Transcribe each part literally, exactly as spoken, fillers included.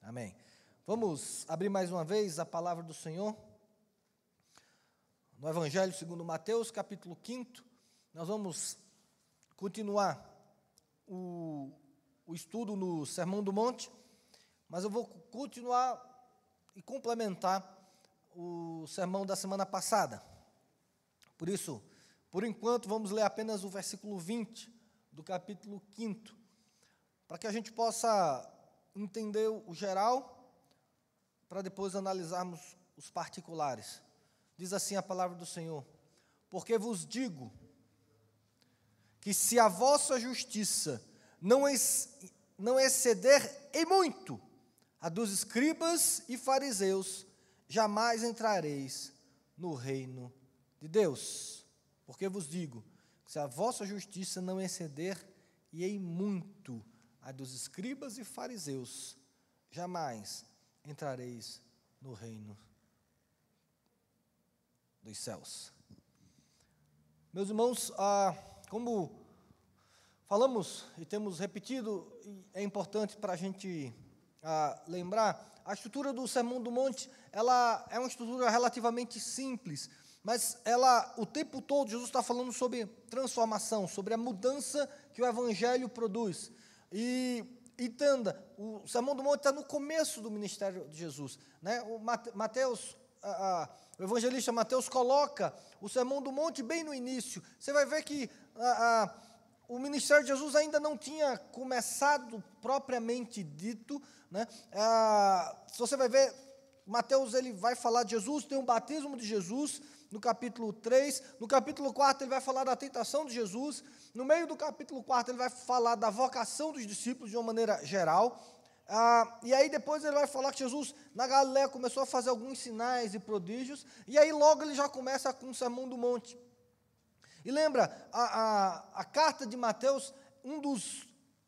Amém. Vamos abrir mais uma vez a palavra do Senhor. No Evangelho segundo Mateus, capítulo quinto, nós vamos continuar o, o estudo no Sermão do Monte, mas eu vou continuar e complementar o sermão da semana passada. Por isso, por enquanto, vamos ler apenas o versículo vinte do capítulo quinto, para que a gente possa entender o geral, para depois analisarmos os particulares. Diz assim a palavra do Senhor: porque vos digo que se a vossa justiça não, ex, não exceder em muito a dos escribas e fariseus, jamais entrareis no reino de Deus. Porque vos digo que se a vossa justiça não exceder e em muito a dos escribas e fariseus, jamais entrareis no reino dos céus. Meus irmãos, ah, como falamos e temos repetido, é importante para a gente ah, lembrar, a estrutura do Sermão do Monte, ela é uma estrutura relativamente simples, mas ela, o tempo todo, Jesus está falando sobre transformação, sobre a mudança que o Evangelho produz. E entenda, o Sermão do Monte está no começo do ministério de Jesus, né? O Mateus, a, a, o evangelista Mateus coloca o Sermão do Monte bem no início. Você vai ver que a, a, o ministério de Jesus ainda não tinha começado propriamente dito, né? A, se você vai ver, Mateus ele vai falar de Jesus, tem o batismo de Jesus no capítulo três, no capítulo quatro ele vai falar da tentação de Jesus, no meio do capítulo quatro ele vai falar da vocação dos discípulos de uma maneira geral, ah, e aí depois ele vai falar que Jesus na Galileia começou a fazer alguns sinais e prodígios, e aí logo ele já começa com o Sermão do Monte. E lembra, a, a, a carta de Mateus, um dos,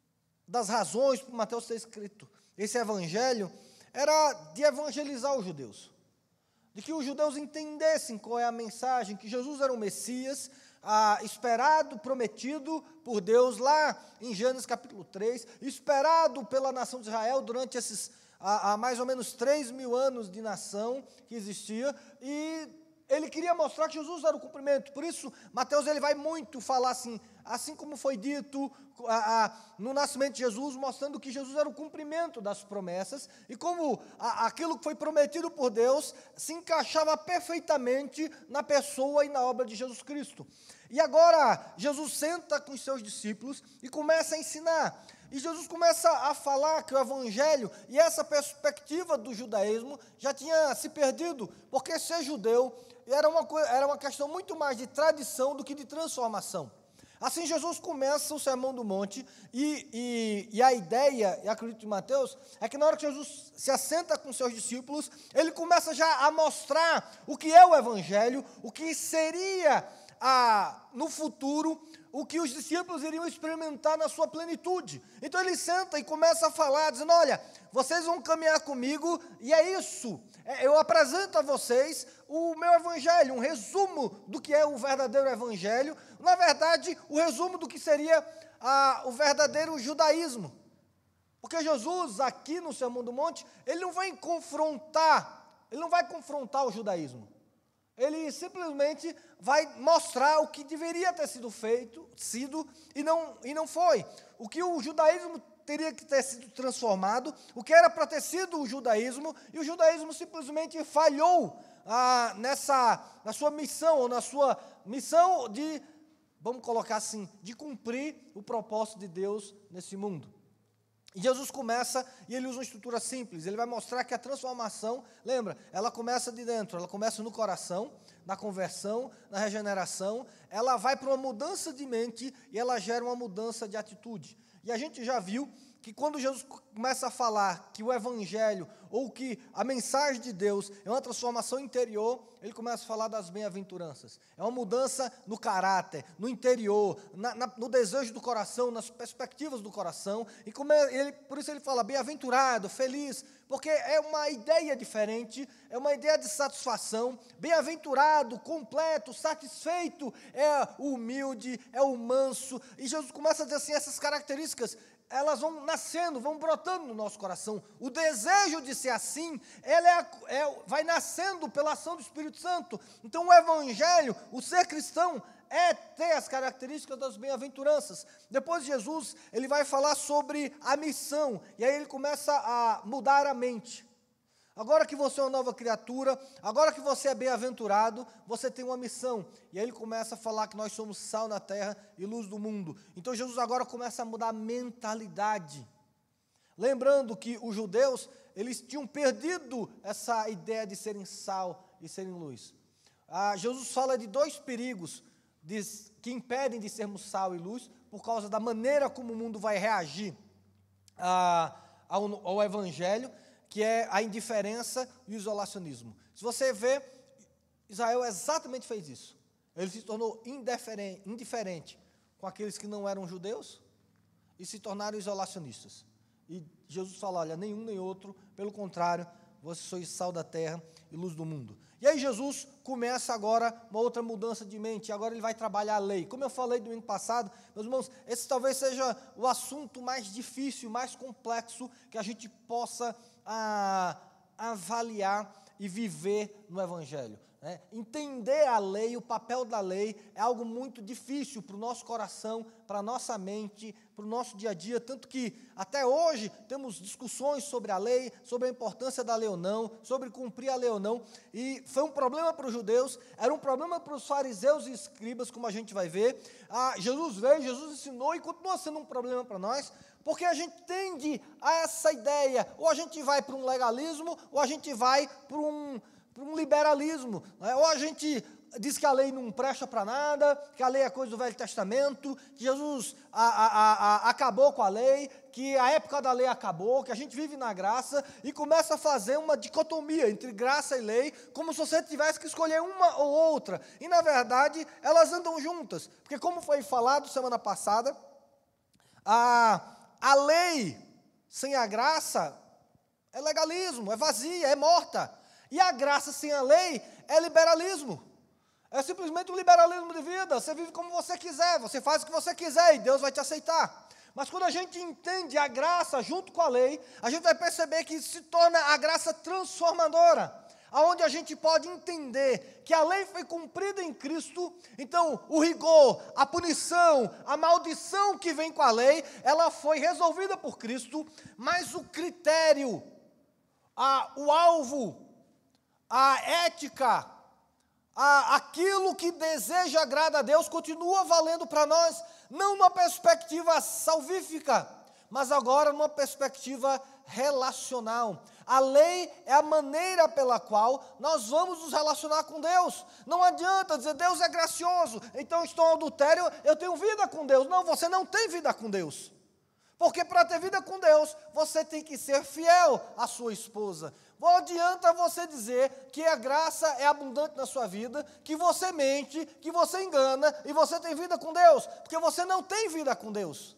das razões para Mateus ter escrito esse evangelho, era de evangelizar os judeus, de que os judeus entendessem qual é a mensagem, que Jesus era o Messias, ah, esperado, prometido por Deus lá em Gênesis capítulo três, esperado pela nação de Israel durante esses ah, ah, mais ou menos três mil anos de nação que existia, e ele queria mostrar que Jesus era o cumprimento. Por isso, Mateus ele vai muito falar assim, assim como foi dito a, a, no nascimento de Jesus, mostrando que Jesus era o cumprimento das promessas, e como a, aquilo que foi prometido por Deus se encaixava perfeitamente na pessoa e na obra de Jesus Cristo. E agora, Jesus senta com os seus discípulos e começa a ensinar. E Jesus começa a falar que o Evangelho e essa perspectiva do judaísmo já tinha se perdido, porque ser judeu era uma, era uma questão muito mais de tradição do que de transformação. Assim, Jesus começa o Sermão do Monte, e, e, e a ideia, e acredito em Mateus, é que na hora que Jesus se assenta com seus discípulos, ele começa já a mostrar o que é o Evangelho, o que seria a, no futuro, o que os discípulos iriam experimentar na sua plenitude. Então ele senta e começa a falar, dizendo: olha, vocês vão caminhar comigo, e é isso, eu apresento a vocês o meu evangelho, um resumo do que é o verdadeiro evangelho, na verdade, o resumo do que seria a, o verdadeiro judaísmo. Porque Jesus, aqui no Sermão do Monte, ele não vai confrontar, ele não vai confrontar o judaísmo. Ele simplesmente vai mostrar o que deveria ter sido feito, sido, e não, e não foi. O que o judaísmo teria que ter sido transformado, o que era para ter sido o judaísmo, e o judaísmo simplesmente falhou ah, nessa, na sua missão, ou na sua missão de, vamos colocar assim, de cumprir o propósito de Deus nesse mundo. E Jesus começa, e ele usa uma estrutura simples, ele vai mostrar que a transformação, lembra, ela começa de dentro, ela começa no coração, na conversão, na regeneração, ela vai para uma mudança de mente, e ela gera uma mudança de atitude. E a gente já viu que quando Jesus começa a falar que o Evangelho, ou que a mensagem de Deus é uma transformação interior, ele começa a falar das bem-aventuranças. É uma mudança no caráter, no interior, na, na, no desejo do coração, nas perspectivas do coração. E como é, ele, por isso ele fala bem-aventurado, feliz, porque é uma ideia diferente, é uma ideia de satisfação. Bem-aventurado, completo, satisfeito, é o humilde, é o manso. E Jesus começa a dizer assim, essas características elas vão nascendo, vão brotando no nosso coração. O desejo de ser assim, ele é, é, vai nascendo pela ação do Espírito Santo. Então, o Evangelho, o ser cristão, é ter as características das bem-aventuranças. Depois Jesus, ele vai falar sobre a missão, e aí ele começa a mudar a mente. Agora que você é uma nova criatura, agora que você é bem-aventurado, você tem uma missão. E aí ele começa a falar que nós somos sal na terra e luz do mundo. Então Jesus agora começa a mudar a mentalidade. Lembrando que os judeus, eles tinham perdido essa ideia de serem sal e serem luz. Ah, Jesus fala de dois perigos de, que impedem de sermos sal e luz, por causa da maneira como o mundo vai reagir ah, ao, ao Evangelho, que é a indiferença e o isolacionismo. Se você vê, Israel exatamente fez isso. Ele se tornou indiferente, indiferente com aqueles que não eram judeus e se tornaram isolacionistas. E Jesus fala, olha, nenhum nem outro, pelo contrário, vocês sois sal da terra e luz do mundo. E aí Jesus começa agora uma outra mudança de mente, agora ele vai trabalhar a lei. Como eu falei domingo passado, meus irmãos, esse talvez seja o assunto mais difícil, mais complexo que a gente possa a, avaliar e viver no Evangelho. Né? Entender a lei, o papel da lei, é algo muito difícil para o nosso coração, para a nossa mente, para o nosso dia a dia, tanto que até hoje temos discussões sobre a lei, sobre a importância da lei ou não, sobre cumprir a lei ou não, e foi um problema para os judeus, era um problema para os fariseus e escribas, como a gente vai ver. Ah, Jesus veio, Jesus ensinou e continua sendo um problema para nós, porque a gente tende a essa ideia, ou a gente vai para um legalismo, ou a gente vai para um, para um liberalismo, né? Ou a gente diz que a lei não presta para nada, que a lei é coisa do Velho Testamento, que Jesus a, a, a, acabou com a lei, que a época da lei acabou, que a gente vive na graça, e começa a fazer uma dicotomia entre graça e lei, como se você tivesse que escolher uma ou outra, e na verdade elas andam juntas, porque como foi falado semana passada, a, a lei sem a graça é legalismo, é vazia, é morta, e a graça sem a lei é liberalismo. É simplesmente um liberalismo de vida, você vive como você quiser, você faz o que você quiser e Deus vai te aceitar. Mas quando a gente entende a graça junto com a lei, a gente vai perceber que se torna a graça transformadora, aonde a gente pode entender que a lei foi cumprida em Cristo, então o rigor, a punição, a maldição que vem com a lei, ela foi resolvida por Cristo, mas o critério, a, o alvo, a ética, a, aquilo que deseja agrada a Deus continua valendo para nós, não numa perspectiva salvífica, mas agora numa perspectiva relacional. A lei é a maneira pela qual nós vamos nos relacionar com Deus. Não adianta dizer, Deus é gracioso, então estou em adultério, eu tenho vida com Deus. Não, você não tem vida com Deus. Porque para ter vida com Deus, você tem que ser fiel à sua esposa. Não adianta você dizer que a graça é abundante na sua vida, que você mente, que você engana e você tem vida com Deus, porque você não tem vida com Deus.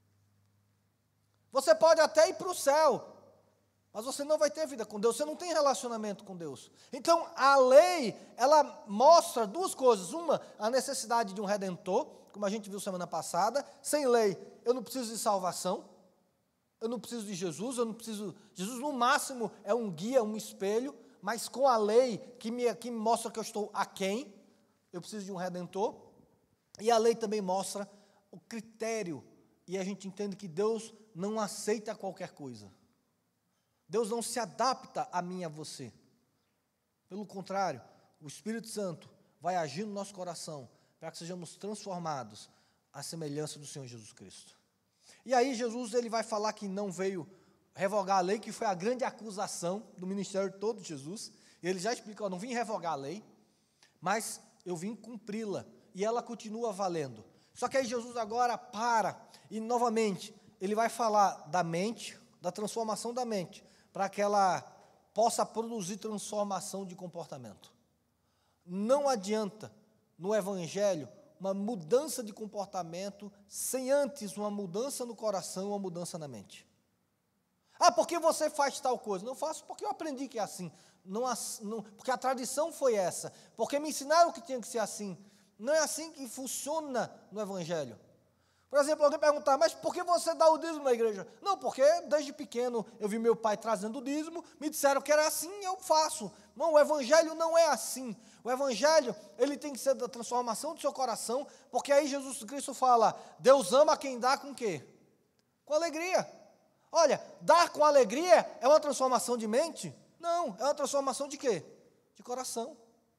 Você pode até ir para o céu, mas você não vai ter vida com Deus, você não tem relacionamento com Deus. Então, a lei, ela mostra duas coisas. Uma, a necessidade de um redentor, como a gente viu semana passada. Sem lei, eu não preciso de salvação, eu não preciso de Jesus, eu não preciso... Jesus, no máximo, é um guia, um espelho, mas com a lei que me, que me mostra que eu estou aquém, eu preciso de um redentor. E a lei também mostra o critério, e a gente entende que Deus não aceita qualquer coisa. Deus não se adapta a mim e a você. Pelo contrário, o Espírito Santo vai agir no nosso coração para que sejamos transformados à semelhança do Senhor Jesus Cristo. E aí Jesus ele vai falar que não veio revogar a lei, que foi a grande acusação do ministério todo de Jesus. E ele já explicou, eu não vim revogar a lei, mas eu vim cumpri-la. E ela continua valendo. Só que aí Jesus agora para e novamente ele vai falar da mente, da transformação da mente, para que ela possa produzir transformação de comportamento. Não adianta no Evangelho uma mudança de comportamento sem antes uma mudança no coração, uma mudança na mente. Ah, porque você faz tal coisa? Não faço porque eu aprendi que é assim. Não, não, porque a tradição foi essa. Porque me ensinaram que tinha que ser assim. Não é assim que funciona no Evangelho. Por exemplo, alguém perguntar, mas por que você dá o dízimo na igreja? Não, porque desde pequeno eu vi meu pai trazendo o dízimo, me disseram que era assim, eu faço. Não, o evangelho não é assim. O evangelho, ele tem que ser da transformação do seu coração, porque aí Jesus Cristo fala, Deus ama quem dá com o quê? Com alegria. Olha, dar com alegria é uma transformação de mente? Não, é uma transformação de quê? De coração.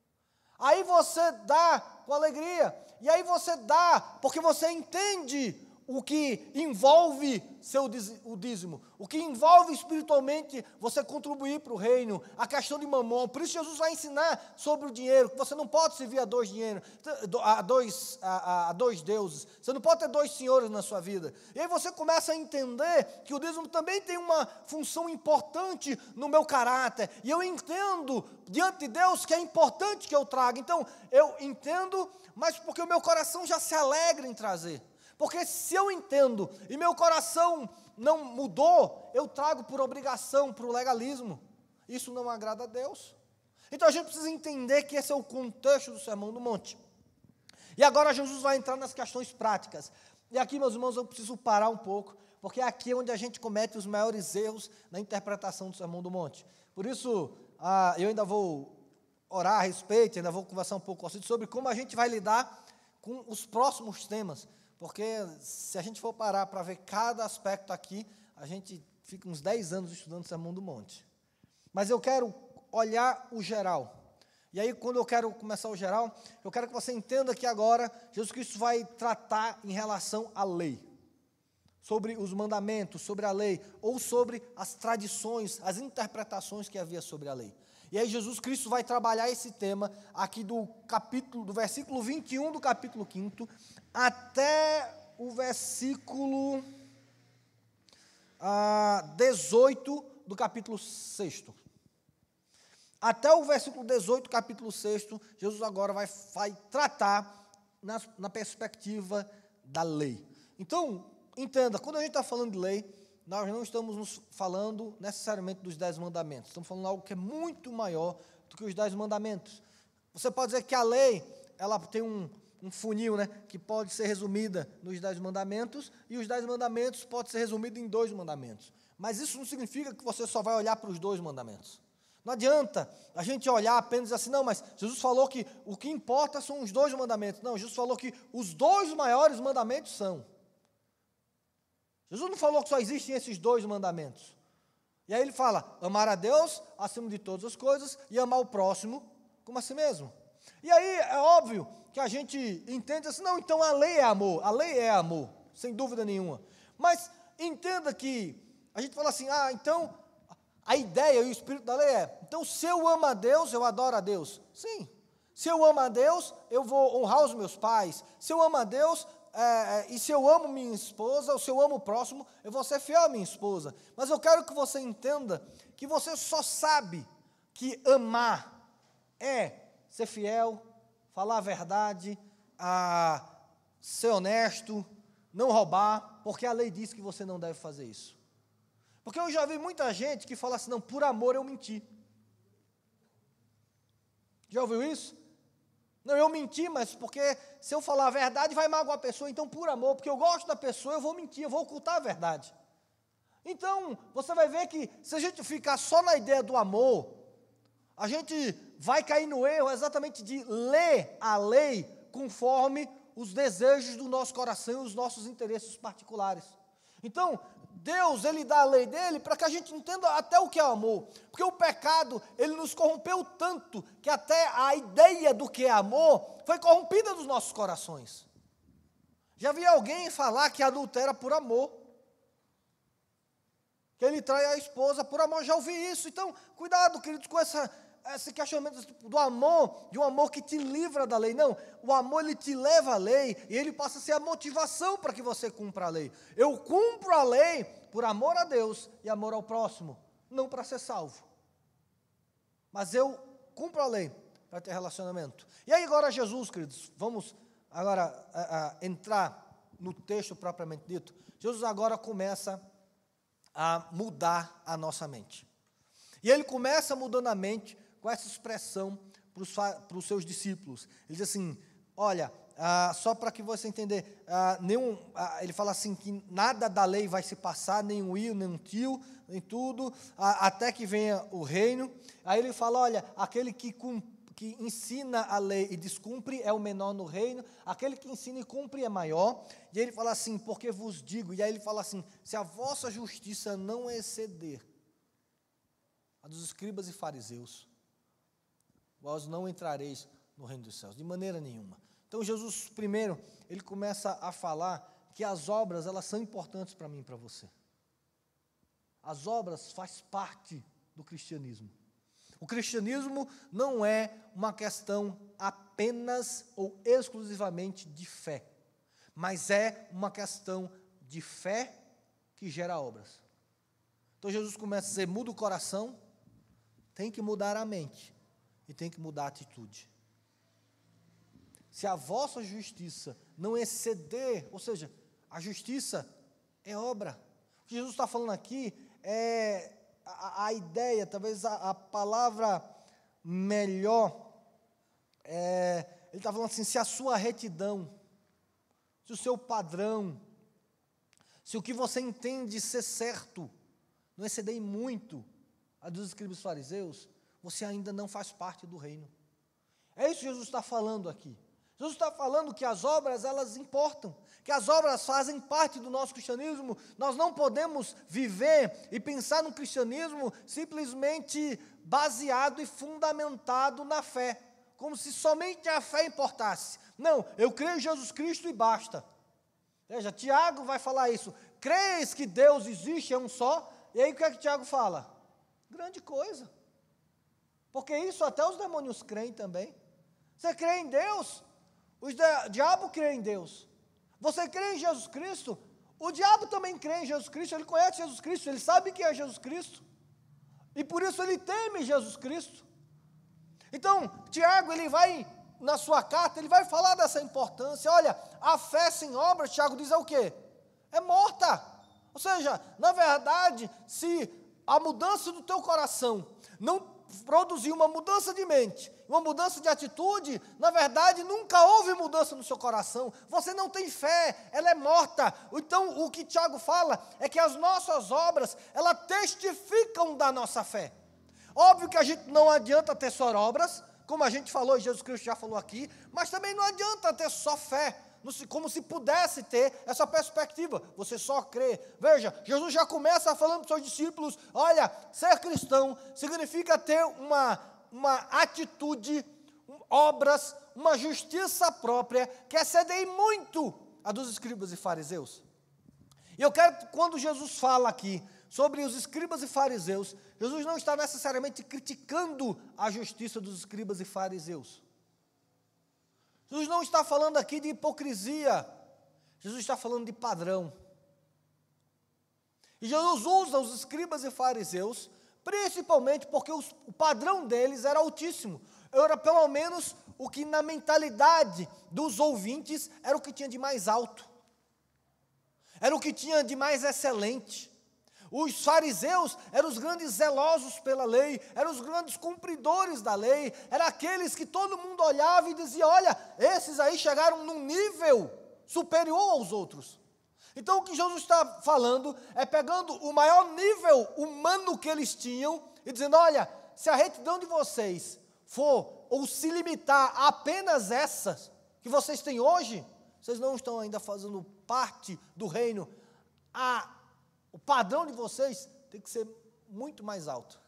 Aí você dá com alegria, e aí você dá porque você entende o que envolve seu o dízimo, o que envolve espiritualmente você contribuir para o reino, a questão de mamon. Por isso Jesus vai ensinar sobre o dinheiro, que você não pode servir a dois dinheiros, a dois, a, a dois deuses, você não pode ter dois senhores na sua vida. E aí você começa a entender que o dízimo também tem uma função importante no meu caráter, e eu entendo diante de Deus que é importante que eu traga. Então eu entendo, mas porque o meu coração já se alegra em trazer. Porque se eu entendo e meu coração não mudou, eu trago por obrigação, por legalismo. Isso não agrada a Deus. Então a gente precisa entender que esse é o contexto do Sermão do Monte. E agora Jesus vai entrar nas questões práticas. E aqui, meus irmãos, eu preciso parar um pouco, porque é aqui onde a gente comete os maiores erros na interpretação do Sermão do Monte. Por isso, ah, eu ainda vou orar a respeito, ainda vou conversar um pouco sobre como a gente vai lidar com os próximos temas. Porque se a gente for parar para ver cada aspecto aqui, a gente fica uns dez anos estudando o Sermão do Monte. Mas eu quero olhar o geral. E aí, quando eu quero começar o geral, eu quero que você entenda que agora Jesus Cristo vai tratar em relação à lei. Sobre os mandamentos, sobre a lei, ou sobre as tradições, as interpretações que havia sobre a lei. E aí Jesus Cristo vai trabalhar esse tema aqui do capítulo, do versículo vinte e um do capítulo quinto, até o versículo ah, dezoito do capítulo sexto. Até o versículo dezoito do capítulo sexto, Jesus agora vai, vai tratar na, na perspectiva da lei. Então, entenda, quando a gente está falando de lei, nós não estamos nos falando necessariamente dos dez mandamentos. Estamos falando de algo que é muito maior do que os dez mandamentos. Você pode dizer que a lei, ela tem um, um funil, né, que pode ser resumida nos dez mandamentos, e os dez mandamentos podem ser resumidos em dois mandamentos. Mas isso não significa que você só vai olhar para os dois mandamentos. Não adianta a gente olhar apenas assim, não, mas Jesus falou que o que importa são os dois mandamentos. Não, Jesus falou que os dois maiores mandamentos são. Jesus não falou que só existem esses dois mandamentos. E aí ele fala, amar a Deus acima de todas as coisas e amar o próximo como a si mesmo. E aí é óbvio que a gente entende assim, não, então a lei é amor, a lei é amor, sem dúvida nenhuma. Mas entenda que a gente fala assim, ah, então a ideia e o espírito da lei é, então se eu amo a Deus, eu adoro a Deus. Sim. Se eu amo a Deus, eu vou honrar os meus pais. Se eu amo a Deus, É, e se eu amo minha esposa, ou se eu amo o próximo, eu vou ser fiel à minha esposa. Mas eu quero que você entenda que você só sabe que amar é ser fiel, falar a verdade, a ser honesto, não roubar, porque a lei diz que você não deve fazer isso. Porque eu já vi muita gente que fala assim, não, por amor eu menti. Já ouviu isso? Não, eu menti, mas porque se eu falar a verdade vai magoar a pessoa, então por amor, porque eu gosto da pessoa, eu vou mentir, eu vou ocultar a verdade. Então, você vai ver que se a gente ficar só na ideia do amor, a gente vai cair no erro exatamente de ler a lei conforme os desejos do nosso coração e os nossos interesses particulares. Então, Deus, Ele dá a lei dEle para que a gente entenda até o que é amor. Porque o pecado, ele nos corrompeu tanto, que até a ideia do que é amor foi corrompida dos nossos corações. Já vi alguém falar que adultera por amor. Que ele trai a esposa por amor, já ouvi isso. Então, cuidado, queridos, com essa, esse questionamento do amor, de um amor que te livra da lei. Não, o amor, ele te leva à lei, e ele passa a ser a motivação para que você cumpra a lei. Eu cumpro a lei por amor a Deus e amor ao próximo, não para ser salvo. Mas eu cumpro a lei para ter relacionamento. E aí agora Jesus, queridos, vamos agora a, a, entrar no texto propriamente dito. Jesus agora começa a mudar a nossa mente. E ele começa mudando a mente com essa expressão para os seus discípulos. Ele diz assim, olha, ah, só para que você entender, ah, nenhum, ah, ele fala assim que nada da lei vai se passar, nem um io, nem um tio, nem tudo, ah, até que venha o reino. Aí ele fala, olha, aquele que, que ensina a lei e descumpre é o menor no reino, aquele que ensina e cumpre é maior. E aí ele fala assim, porque vos digo, e aí ele fala assim, se a vossa justiça não exceder a dos escribas e fariseus, vós não entrareis no reino dos céus, de maneira nenhuma. Então Jesus, primeiro, ele começa a falar que as obras, elas são importantes para mim e para você. As obras fazem parte do cristianismo. O cristianismo não é uma questão apenas ou exclusivamente de fé, mas é uma questão de fé que gera obras. Então Jesus começa a dizer, muda o coração, tem que mudar a mente e tem que mudar a atitude. Se a vossa justiça não exceder, ou seja, a justiça é obra. O que Jesus está falando aqui é a, a ideia, talvez a, a palavra melhor, é, ele está falando assim, se a sua retidão, se o seu padrão, se o que você entende ser certo, não exceder muito a dos escribas e fariseus, você ainda não faz parte do reino. É isso que Jesus está falando aqui. Jesus está falando que as obras, elas importam, que as obras fazem parte do nosso cristianismo. Nós não podemos viver e pensar no cristianismo simplesmente baseado e fundamentado na fé, como se somente a fé importasse. Não, eu creio em Jesus Cristo e basta. Veja, Tiago vai falar isso, creis que Deus existe, é um só, e aí o que é que Tiago fala? Grande coisa, porque isso até os demônios creem também. Você crê em Deus? O diabo crê em Deus. Você crê em Jesus Cristo? O diabo também crê em Jesus Cristo, ele conhece Jesus Cristo, ele sabe que é Jesus Cristo. E por isso ele teme Jesus Cristo. Então, Tiago, ele vai, na sua carta, ele vai falar dessa importância. Olha, a fé sem obras, Tiago diz, é o quê? É morta. Ou seja, na verdade, se a mudança do teu coração não produzir uma mudança de mente, uma mudança de atitude, na verdade, nunca houve mudança no seu coração, você não tem fé, ela é morta. Então, o que Tiago fala é que as nossas obras, elas testificam da nossa fé. Óbvio que a gente não adianta ter só obras, como a gente falou, e Jesus Cristo já falou aqui, mas também não adianta ter só fé, como se pudesse ter essa perspectiva, você só crê. Veja, Jesus já começa falando para os seus discípulos, olha, ser cristão significa ter uma, uma atitude, um, obras, uma justiça própria, que excedem muito a dos escribas e fariseus. E eu quero, quando Jesus fala aqui sobre os escribas e fariseus, Jesus não está necessariamente criticando a justiça dos escribas e fariseus. Jesus não está falando aqui de hipocrisia, Jesus está falando de padrão. E Jesus usa os escribas e fariseus, principalmente porque os, o padrão deles era altíssimo. Era pelo menos o que na mentalidade dos ouvintes era o que tinha de mais alto. Era o que tinha de mais excelente. Os fariseus eram os grandes zelosos pela lei, eram os grandes cumpridores da lei, eram aqueles que todo mundo olhava e dizia, olha, esses aí chegaram num nível superior aos outros. Então o que Jesus está falando é pegando o maior nível humano que eles tinham e dizendo, olha, se a retidão de vocês for ou se limitar a apenas essas que vocês têm hoje, vocês não estão ainda fazendo parte do reino. A O padrão de vocês tem que ser muito mais alto.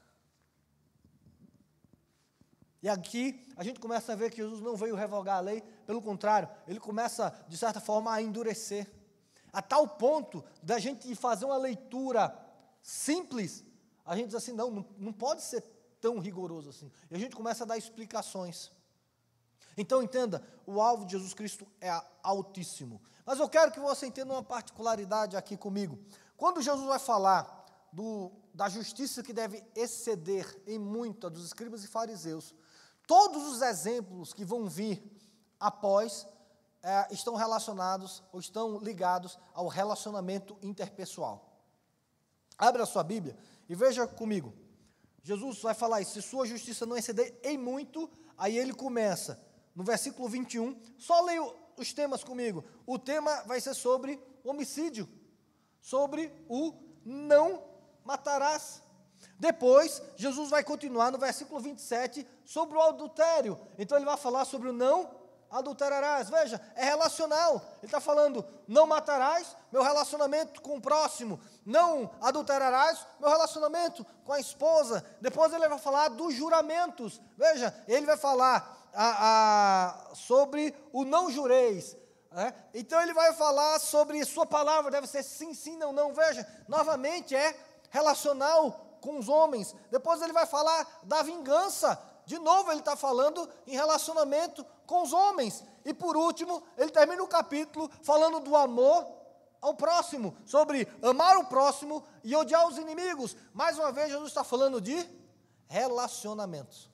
E aqui a gente começa a ver que Jesus não veio revogar a lei, pelo contrário, ele começa, de certa forma, a endurecer. A tal ponto da gente fazer uma leitura simples, a gente diz assim, não, não, não pode ser tão rigoroso assim. E a gente começa a dar explicações. Então, entenda, o alvo de Jesus Cristo é altíssimo. Mas eu quero que você entenda uma particularidade aqui comigo. Quando Jesus vai falar do, da justiça que deve exceder em muito a dos escribas e fariseus, todos os exemplos que vão vir após é, estão relacionados ou estão ligados ao relacionamento interpessoal. Abra a sua Bíblia e veja comigo. Jesus vai falar isso, se sua justiça não exceder em muito, aí ele começa, no versículo vinte e um, só leio os temas comigo. O tema vai ser sobre homicídio, sobre o não matarás. Depois, Jesus vai continuar no versículo vinte e sete sobre o adultério. Então ele vai falar sobre o não adulterarás. Veja, é relacional. Ele está falando, não matarás, meu relacionamento com o próximo. Não adulterarás, meu relacionamento com a esposa. Depois ele vai falar dos juramentos. Veja, ele vai falar a, a, sobre o não jureis. É? Então ele vai falar sobre sua palavra, deve ser sim, sim, não, não. Veja, novamente é relacional com os homens. Depois ele vai falar da vingança. De novo ele está falando em relacionamento com os homens. E por último, ele termina o capítulo falando do amor ao próximo, sobre amar o próximo e odiar os inimigos. Mais uma vez, Jesus está falando de relacionamentos.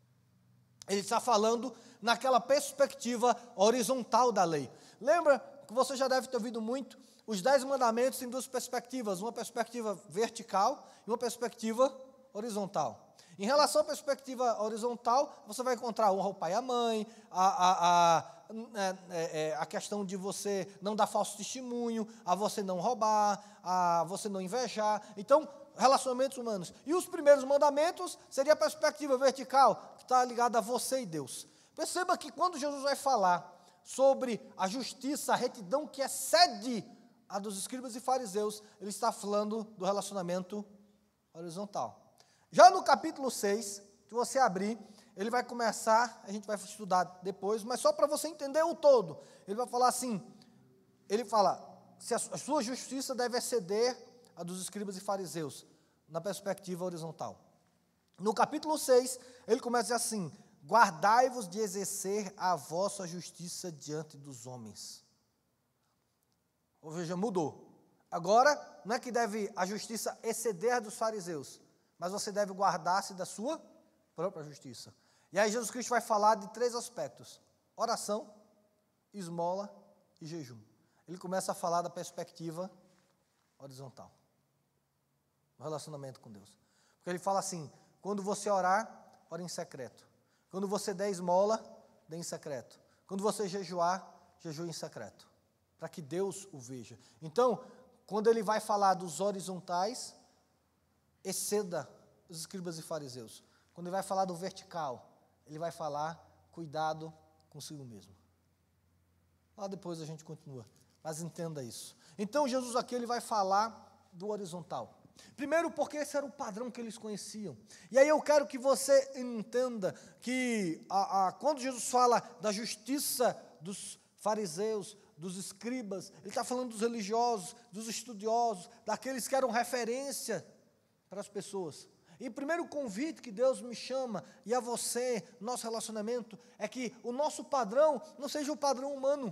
Ele está falando naquela perspectiva horizontal da lei. Lembra que você já deve ter ouvido muito, os dez mandamentos têm duas perspectivas, uma perspectiva vertical e uma perspectiva horizontal. Em relação à perspectiva horizontal, você vai encontrar honra ao pai e à mãe, a, a, a, é, é, a questão de você não dar falso testemunho, a você não roubar, a você não invejar. Então, relacionamentos humanos. E os primeiros mandamentos seria a perspectiva vertical, que está ligada a você e Deus. Perceba que quando Jesus vai falar sobre a justiça, a retidão que excede a dos escribas e fariseus, ele está falando do relacionamento horizontal. Já no capítulo seis, se você abrir, ele vai começar, a gente vai estudar depois, mas só para você entender o todo. Ele vai falar assim, ele fala, se a sua justiça deve exceder a dos escribas e fariseus, na perspectiva horizontal. No capítulo seis, ele começa assim, guardai-vos de exercer a vossa justiça diante dos homens. Ou seja, mudou. Agora, não é que deve a justiça exceder a dos fariseus, mas você deve guardar-se da sua própria justiça. E aí Jesus Cristo vai falar de três aspectos: oração, esmola e jejum. Ele começa a falar da perspectiva horizontal, no relacionamento com Deus. Porque ele fala assim, quando você orar, ore em secreto. Quando você der esmola, dê em secreto. Quando você jejuar, jejue em secreto, para que Deus o veja. Então, quando ele vai falar dos horizontais, exceda os escribas e fariseus. Quando ele vai falar do vertical, ele vai falar cuidado consigo mesmo. Lá depois a gente continua, mas entenda isso. Então Jesus aqui ele vai falar do horizontal. Primeiro porque esse era o padrão que eles conheciam. E aí eu quero que você entenda que a, a, quando Jesus fala da justiça dos fariseus, dos escribas, ele está falando dos religiosos, dos estudiosos, daqueles que eram referência para as pessoas. E o primeiro convite que Deus me chama, e a você, nosso relacionamento, é que o nosso padrão não seja o padrão humano.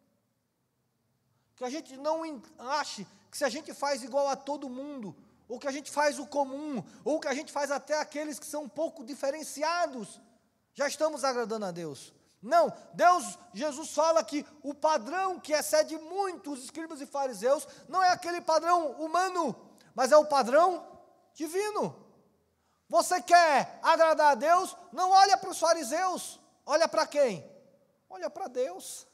Que a gente não ache que se a gente faz igual a todo mundo, ou que a gente faz o comum, ou que a gente faz até aqueles que são um pouco diferenciados, já estamos agradando a Deus. Não, Deus, Jesus fala que o padrão que excede muito os escribas e fariseus, não é aquele padrão humano, mas é o padrão divino. Você quer agradar a Deus? Não olha para os fariseus, olha para quem? Olha para Deus.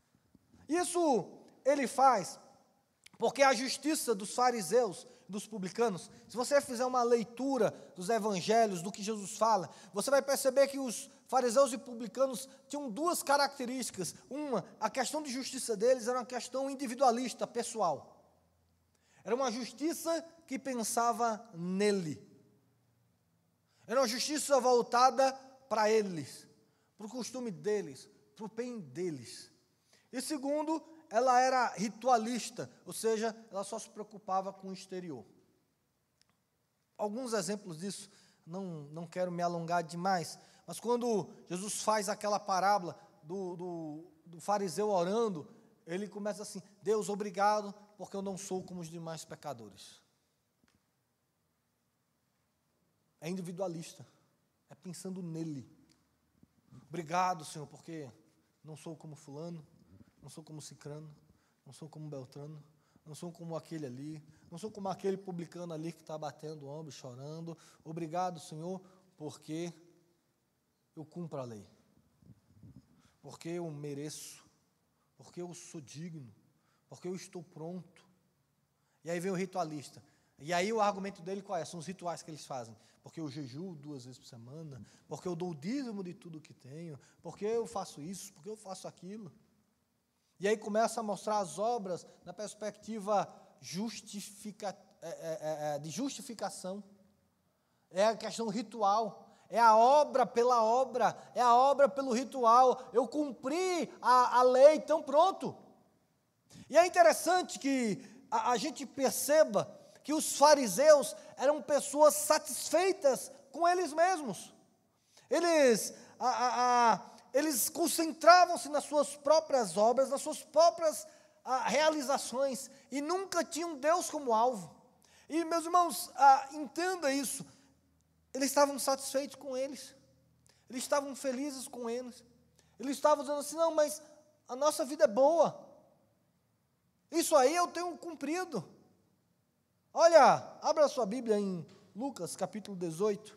Isso ele faz porque a justiça dos fariseus, dos publicanos, se você fizer uma leitura dos evangelhos, do que Jesus fala, você vai perceber que os fariseus e publicanos tinham duas características. Uma, a questão de justiça deles era uma questão individualista, pessoal. Era uma justiça que pensava nele. Era uma justiça voltada para eles, para o costume deles, para o bem deles. E segundo, ela era ritualista, ou seja, ela só se preocupava com o exterior. Alguns exemplos disso, não, não quero me alongar demais, mas quando Jesus faz aquela parábola do, do, do fariseu orando, ele começa assim, Deus, obrigado, porque eu não sou como os demais pecadores. É individualista, é pensando nele. Obrigado, Senhor, porque não sou como fulano, não sou como cicrano, não sou como Beltrano, não sou como aquele ali, não sou como aquele publicano ali que está batendo o ombro, chorando. Obrigado, Senhor, porque eu cumpro a lei, porque eu mereço, porque eu sou digno, porque eu estou pronto. E aí vem o ritualista. E aí o argumento dele qual é? São os rituais que eles fazem. Porque eu jejuo duas vezes por semana, porque eu dou o dízimo de tudo que tenho, porque eu faço isso, porque eu faço aquilo. E aí começa a mostrar as obras na perspectiva justifica, é, é, é, de justificação. É a questão ritual. É a obra pela obra, é a obra pelo ritual. Eu cumpri a, a lei, então pronto. E é interessante que a, a gente perceba que os fariseus eram pessoas satisfeitas com eles mesmos. Eles, a, a, a, eles concentravam-se nas suas próprias obras, nas suas próprias a, realizações, e nunca tinham Deus como alvo. E, meus irmãos, a, entenda isso. Eles estavam satisfeitos com eles, eles estavam felizes com eles, eles estavam dizendo assim, não, mas a nossa vida é boa, isso aí eu tenho cumprido. Olha, abra a sua Bíblia em Lucas capítulo dezoito,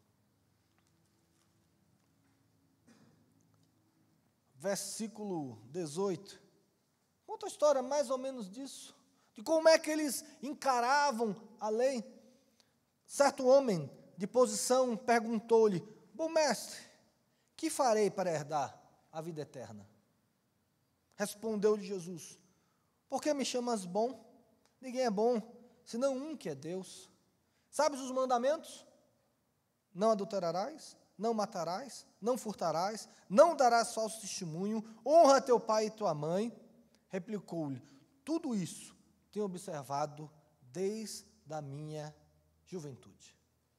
versículo dezoito, conta a história mais ou menos disso, de como é que eles encaravam a lei. Certo homem de posição perguntou-lhe, bom mestre, que farei para herdar a vida eterna? Respondeu-lhe Jesus, por que me chamas bom? Ninguém é bom, senão um que é Deus. Sabes os mandamentos? Não adulterarás, não matarás, não furtarás, não darás falso testemunho, honra teu pai e tua mãe. Replicou-lhe, tudo isso tenho observado desde a minha juventude.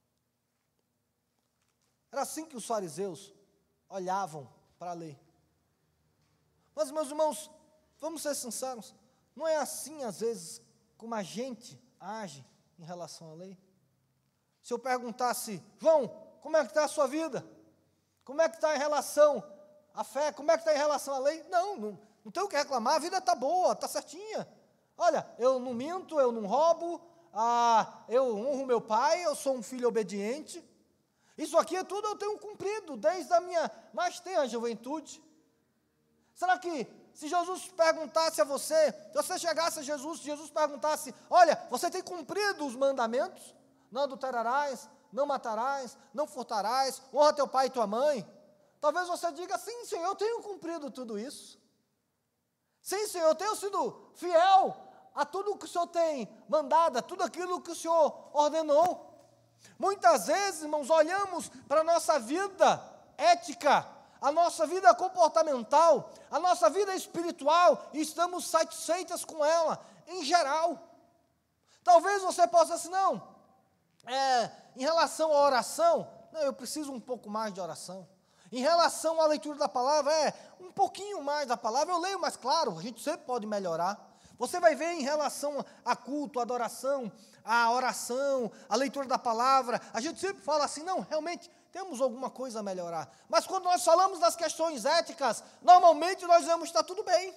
Era assim que os fariseus olhavam para a lei. Mas, meus irmãos, vamos ser sinceros, não é assim, às vezes, como a gente age em relação à lei? Se eu perguntasse, João, como é que está a sua vida? Como é que está em relação à fé? Como é que está em relação à lei? Não, não, não tenho o que reclamar, a vida está boa, está certinha. Olha, eu não minto, eu não roubo, ah, eu honro meu pai, eu sou um filho obediente. Isso aqui é tudo eu tenho cumprido desde a minha mais tenra juventude. Será que se Jesus perguntasse a você, se você chegasse a Jesus, se Jesus perguntasse, olha, você tem cumprido os mandamentos? Não adulterarás, não matarás, não furtarás, honra teu pai e tua mãe. Talvez você diga, sim, Senhor, eu tenho cumprido tudo isso. Sim, Senhor, eu tenho sido fiel a tudo o que o Senhor tem mandado, a tudo aquilo que o Senhor ordenou. Muitas vezes, irmãos, olhamos para a nossa vida ética, a nossa vida comportamental, a nossa vida espiritual e estamos satisfeitas com ela, em geral. Talvez você possa assim, não, é, em relação à oração, não, eu preciso um pouco mais de oração. Em relação à leitura da palavra, é, um pouquinho mais da palavra, eu leio mais claro, a gente sempre pode melhorar. Você vai ver em relação a culto, a adoração, a oração, a leitura da palavra, a gente sempre fala assim, não, realmente temos alguma coisa a melhorar. Mas quando nós falamos das questões éticas, normalmente nós dizemos, está tudo bem.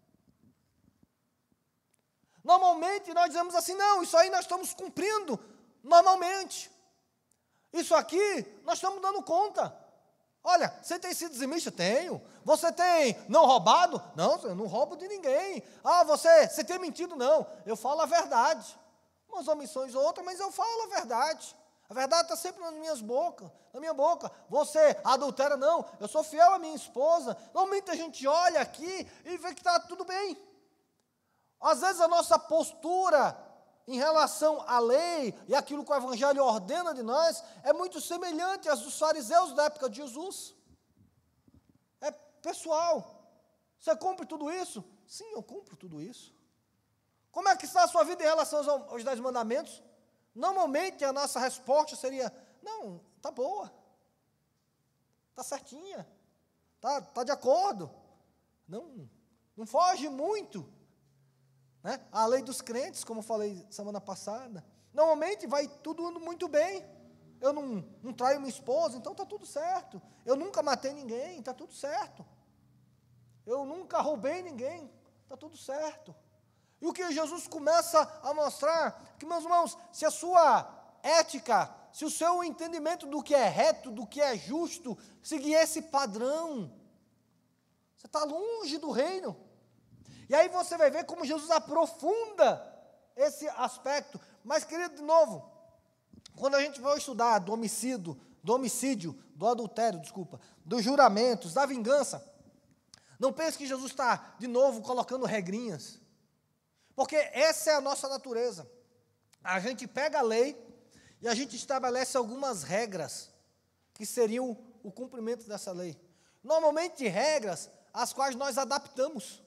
Normalmente nós dizemos assim, não, isso aí nós estamos cumprindo, normalmente. Isso aqui nós estamos dando conta. Olha, você tem sido dizimista? Tenho. Você tem não roubado? Não, eu não roubo de ninguém. Ah, você, você tem mentido? Não, eu falo a verdade. Umas omissões ou outras, mas eu falo a verdade. A verdade está sempre nas minhas bocas, na minha boca. Você adultera? Não, eu sou fiel à minha esposa. Normalmente a gente olha aqui e vê que está tudo bem. Às vezes a nossa postura em relação à lei e aquilo que o Evangelho ordena de nós, é muito semelhante às dos fariseus da época de Jesus. É pessoal. Você cumpre tudo isso? Sim, eu cumpro tudo isso. Como é que está a sua vida em relação aos, aos dez mandamentos? Normalmente a nossa resposta seria, não, está boa. Está certinha. Está tá de acordo. Não, não foge muito. Né? A lei dos crentes, como eu falei semana passada, normalmente vai tudo indo muito bem. Eu não, não traio minha esposa, então está tudo certo. Eu nunca matei ninguém, está tudo certo. Eu nunca roubei ninguém, está tudo certo. E o que Jesus começa a mostrar, que, meus irmãos, se a sua ética, se o seu entendimento do que é reto, do que é justo, seguir esse padrão, você está longe do reino. E aí você vai ver como Jesus aprofunda esse aspecto. Mas, querido, de novo, quando a gente vai estudar do homicídio, do homicídio, do adultério, desculpa, dos juramentos, da vingança, não pense que Jesus está, de novo, colocando regrinhas. Porque essa é a nossa natureza. A gente pega a lei e a gente estabelece algumas regras que seriam o cumprimento dessa lei. Normalmente regras as quais nós adaptamos.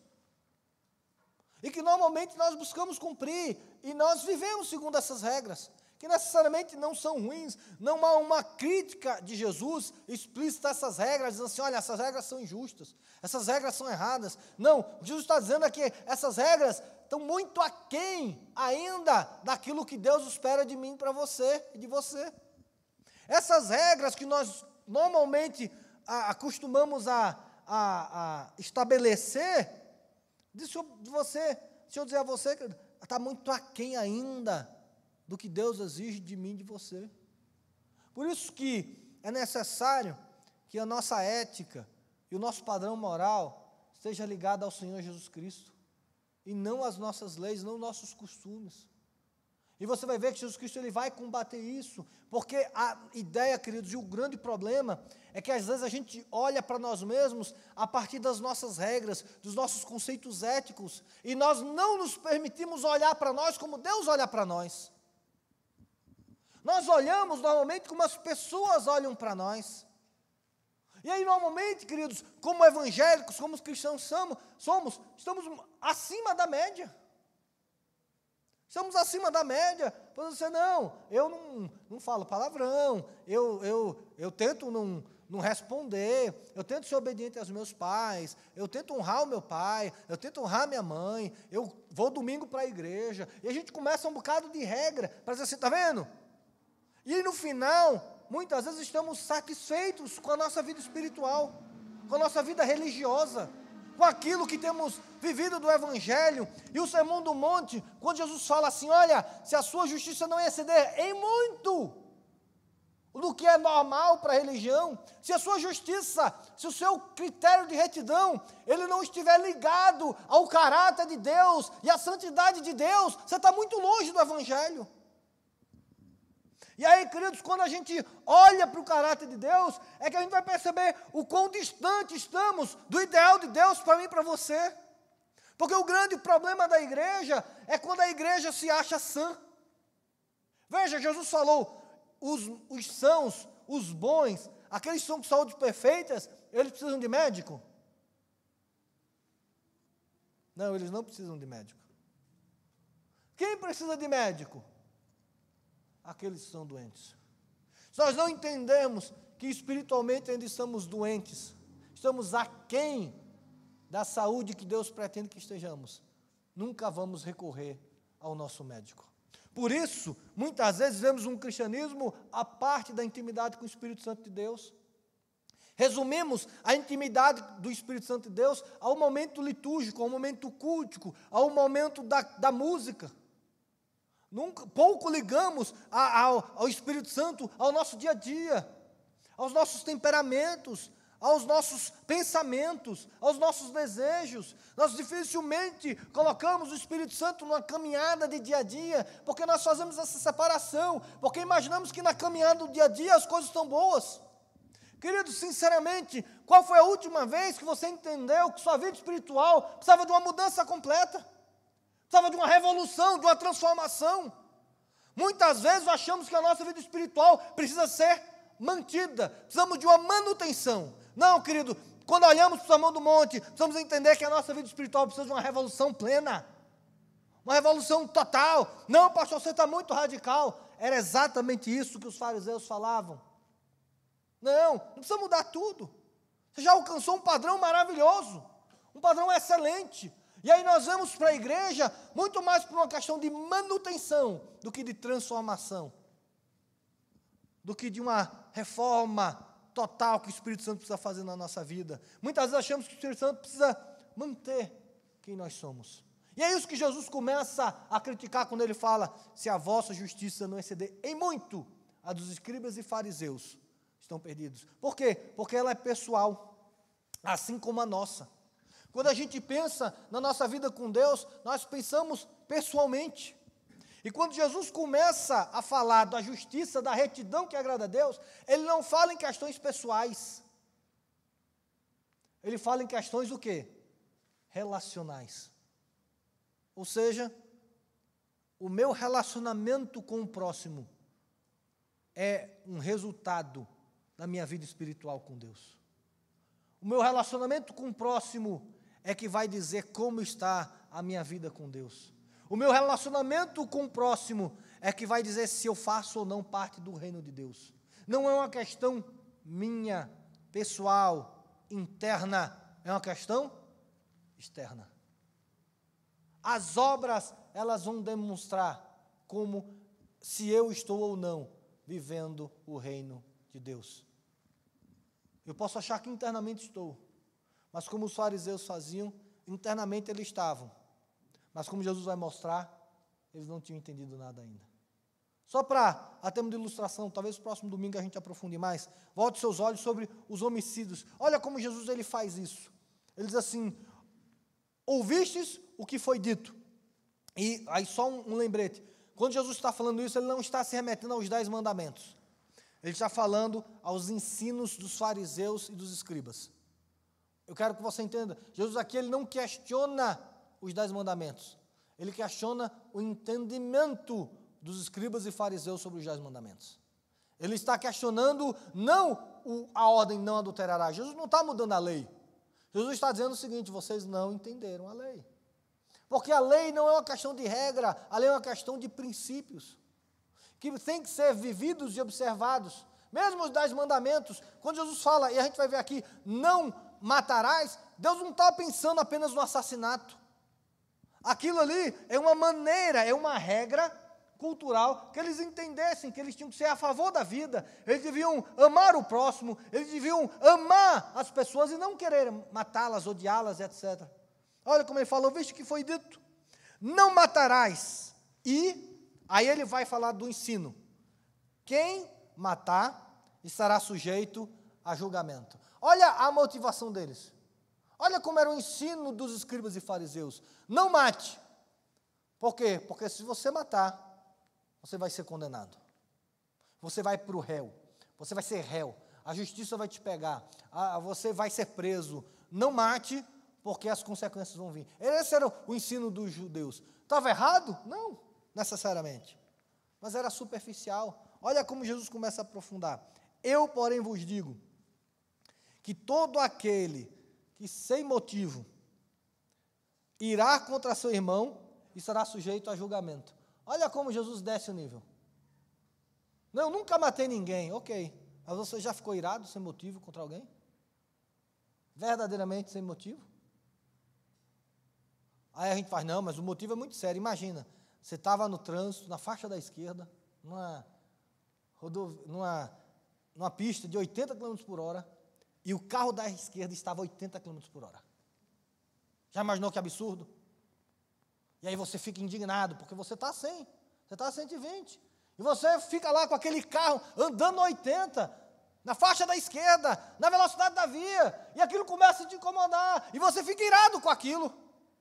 E que normalmente nós buscamos cumprir e nós vivemos segundo essas regras, que necessariamente não são ruins, não há uma crítica de Jesus explícita a essas regras, dizendo assim, olha, essas regras são injustas, essas regras são erradas. Não, Jesus está dizendo aqui, essas regras estão muito aquém ainda daquilo que Deus espera de mim para você e de você. Essas regras que nós normalmente a, acostumamos a, a, a estabelecer, deixa eu, você, deixa eu dizer a você, que está muito aquém ainda do que Deus exige de mim e de você. Por isso que é necessário que a nossa ética e o nosso padrão moral esteja ligado ao Senhor Jesus Cristo, e não às nossas leis, não aos nossos costumes. E você vai ver que Jesus Cristo ele vai combater isso, porque a ideia, queridos, e o grande problema é que às vezes a gente olha para nós mesmos a partir das nossas regras, dos nossos conceitos éticos, e nós não nos permitimos olhar para nós como Deus olha para nós. Nós olhamos normalmente como as pessoas olham para nós. E aí, normalmente, queridos, como evangélicos, como os cristãos somos, somos, estamos acima da média. Estamos acima da média. Por você, não, eu não, não falo palavrão, eu, eu, eu tento não, não responder, eu tento ser obediente aos meus pais, eu tento honrar o meu pai, eu tento honrar minha mãe, eu vou domingo para a igreja. E a gente começa um bocado de regra, para dizer assim, está vendo? E no final, muitas vezes estamos satisfeitos com a nossa vida espiritual, com a nossa vida religiosa, com aquilo que temos vivido do Evangelho. E o Sermão do Monte, quando Jesus fala assim, olha, se a sua justiça não exceder em muito do que é normal para a religião, se a sua justiça, se o seu critério de retidão, ele não estiver ligado ao caráter de Deus e à santidade de Deus, você está muito longe do Evangelho. E aí, queridos, quando a gente olha para o caráter de Deus, é que a gente vai perceber o quão distante estamos do ideal de Deus para mim e para você. Porque o grande problema da igreja é quando a igreja se acha sã. Veja, Jesus falou, os, os sãos, os bons, aqueles que são com saúde perfeitas, eles precisam de médico? Não, eles não precisam de médico. Quem precisa de médico? Aqueles que são doentes. Se nós não entendemos que espiritualmente ainda estamos doentes, estamos aquém da saúde que Deus pretende que estejamos, nunca vamos recorrer ao nosso médico. Por isso, muitas vezes vemos um cristianismo à parte da intimidade com o Espírito Santo de Deus. Resumimos a intimidade do Espírito Santo de Deus ao momento litúrgico, ao momento cultico, ao momento da, da música. Nunca, pouco ligamos a, ao, ao Espírito Santo ao nosso dia a dia, aos nossos temperamentos, aos nossos pensamentos, aos nossos desejos. Nós dificilmente colocamos o Espírito Santo numa caminhada de dia a dia, porque nós fazemos essa separação, porque imaginamos que na caminhada do dia a dia as coisas estão boas. Querido, sinceramente, qual foi a última vez que você entendeu que sua vida espiritual precisava de uma mudança completa? Precisava de uma revolução, de uma transformação. Muitas vezes achamos que a nossa vida espiritual precisa ser mantida, precisamos de uma manutenção. Não, querido, quando olhamos para o Sermão do Monte, precisamos entender que a nossa vida espiritual precisa de uma revolução plena, uma revolução total. Não, pastor, você está muito radical. Era exatamente isso que os fariseus falavam. Não, não precisa mudar tudo. Você já alcançou um padrão maravilhoso, um padrão excelente. E aí nós vamos para a igreja muito mais por uma questão de manutenção do que de transformação, do que de uma reforma total que o Espírito Santo precisa fazer na nossa vida. Muitas vezes achamos que o Espírito Santo precisa manter quem nós somos. E é isso que Jesus começa a criticar quando ele fala, se a vossa justiça não exceder em muito a dos escribas e fariseus, estão perdidos. Por quê? Porque ela é pessoal, assim como a nossa. Quando a gente pensa na nossa vida com Deus, nós pensamos pessoalmente. E quando Jesus começa a falar da justiça, da retidão que agrada a Deus, ele não fala em questões pessoais. Ele fala em questões o quê? Relacionais. Ou seja, o meu relacionamento com o próximo é um resultado da minha vida espiritual com Deus. O meu relacionamento com o próximo é que vai dizer como está a minha vida com Deus. O meu relacionamento com o próximo é que vai dizer se eu faço ou não parte do reino de Deus. Não é uma questão minha, pessoal, interna, é uma questão externa. As obras, elas vão demonstrar como se eu estou ou não vivendo o reino de Deus. Eu posso achar que internamente estou, mas como os fariseus faziam, internamente eles estavam. Mas como Jesus vai mostrar, eles não tinham entendido nada ainda. Só para, a termo de ilustração, talvez no próximo domingo a gente aprofunde mais, volte seus olhos sobre os homicídios. Olha como Jesus ele faz isso. Ele diz assim, ouvistes o que foi dito. E aí só um, um lembrete, quando Jesus está falando isso, ele não está se remetendo aos dez mandamentos. Ele está falando aos ensinos dos fariseus e dos escribas. Eu quero que você entenda, Jesus aqui ele não questiona os dez mandamentos. Ele questiona o entendimento dos escribas e fariseus sobre os dez mandamentos. Ele está questionando não o, a ordem não adulterará. Jesus não está mudando a lei. Jesus está dizendo o seguinte, vocês não entenderam a lei. Porque a lei não é uma questão de regra, a lei é uma questão de princípios, que tem que ser vividos e observados. Mesmo os dez mandamentos, quando Jesus fala, e a gente vai ver aqui, não matarás, Deus não está pensando apenas no assassinato. Aquilo ali é uma maneira, é uma regra cultural, que eles entendessem que eles tinham que ser a favor da vida, eles deviam amar o próximo, eles deviam amar as pessoas e não querer matá-las, odiá-las, etcétera. Olha como ele falou, visto que foi dito, não matarás, e aí ele vai falar do ensino, quem matar estará sujeito a julgamento. Olha a motivação deles. Olha como era o ensino dos escribas e fariseus. Não mate. Por quê? Porque se você matar, você vai ser condenado. Você vai para o réu. Você vai ser réu. A justiça vai te pegar. Ah, você vai ser preso. Não mate, porque as consequências vão vir. Esse era o ensino dos judeus. Estava errado? Não, necessariamente. Mas era superficial. Olha como Jesus começa a aprofundar. Eu, porém, vos digo que todo aquele que sem motivo irá contra seu irmão e será sujeito a julgamento. Olha como Jesus desce o nível. Não, eu nunca matei ninguém, ok. Mas você já ficou irado sem motivo contra alguém? Verdadeiramente sem motivo? Aí a gente faz, não, mas o motivo é muito sério. Imagina, você estava no trânsito, na faixa da esquerda, numa, rodov... numa, numa pista de oitenta quilômetros por hora, e o carro da esquerda estava a oitenta quilômetros por hora. Já imaginou que absurdo? E aí você fica indignado, porque você está a cem, você está a cento e vinte. E você fica lá com aquele carro andando a oitenta, na faixa da esquerda, na velocidade da via, e aquilo começa a te incomodar, e você fica irado com aquilo.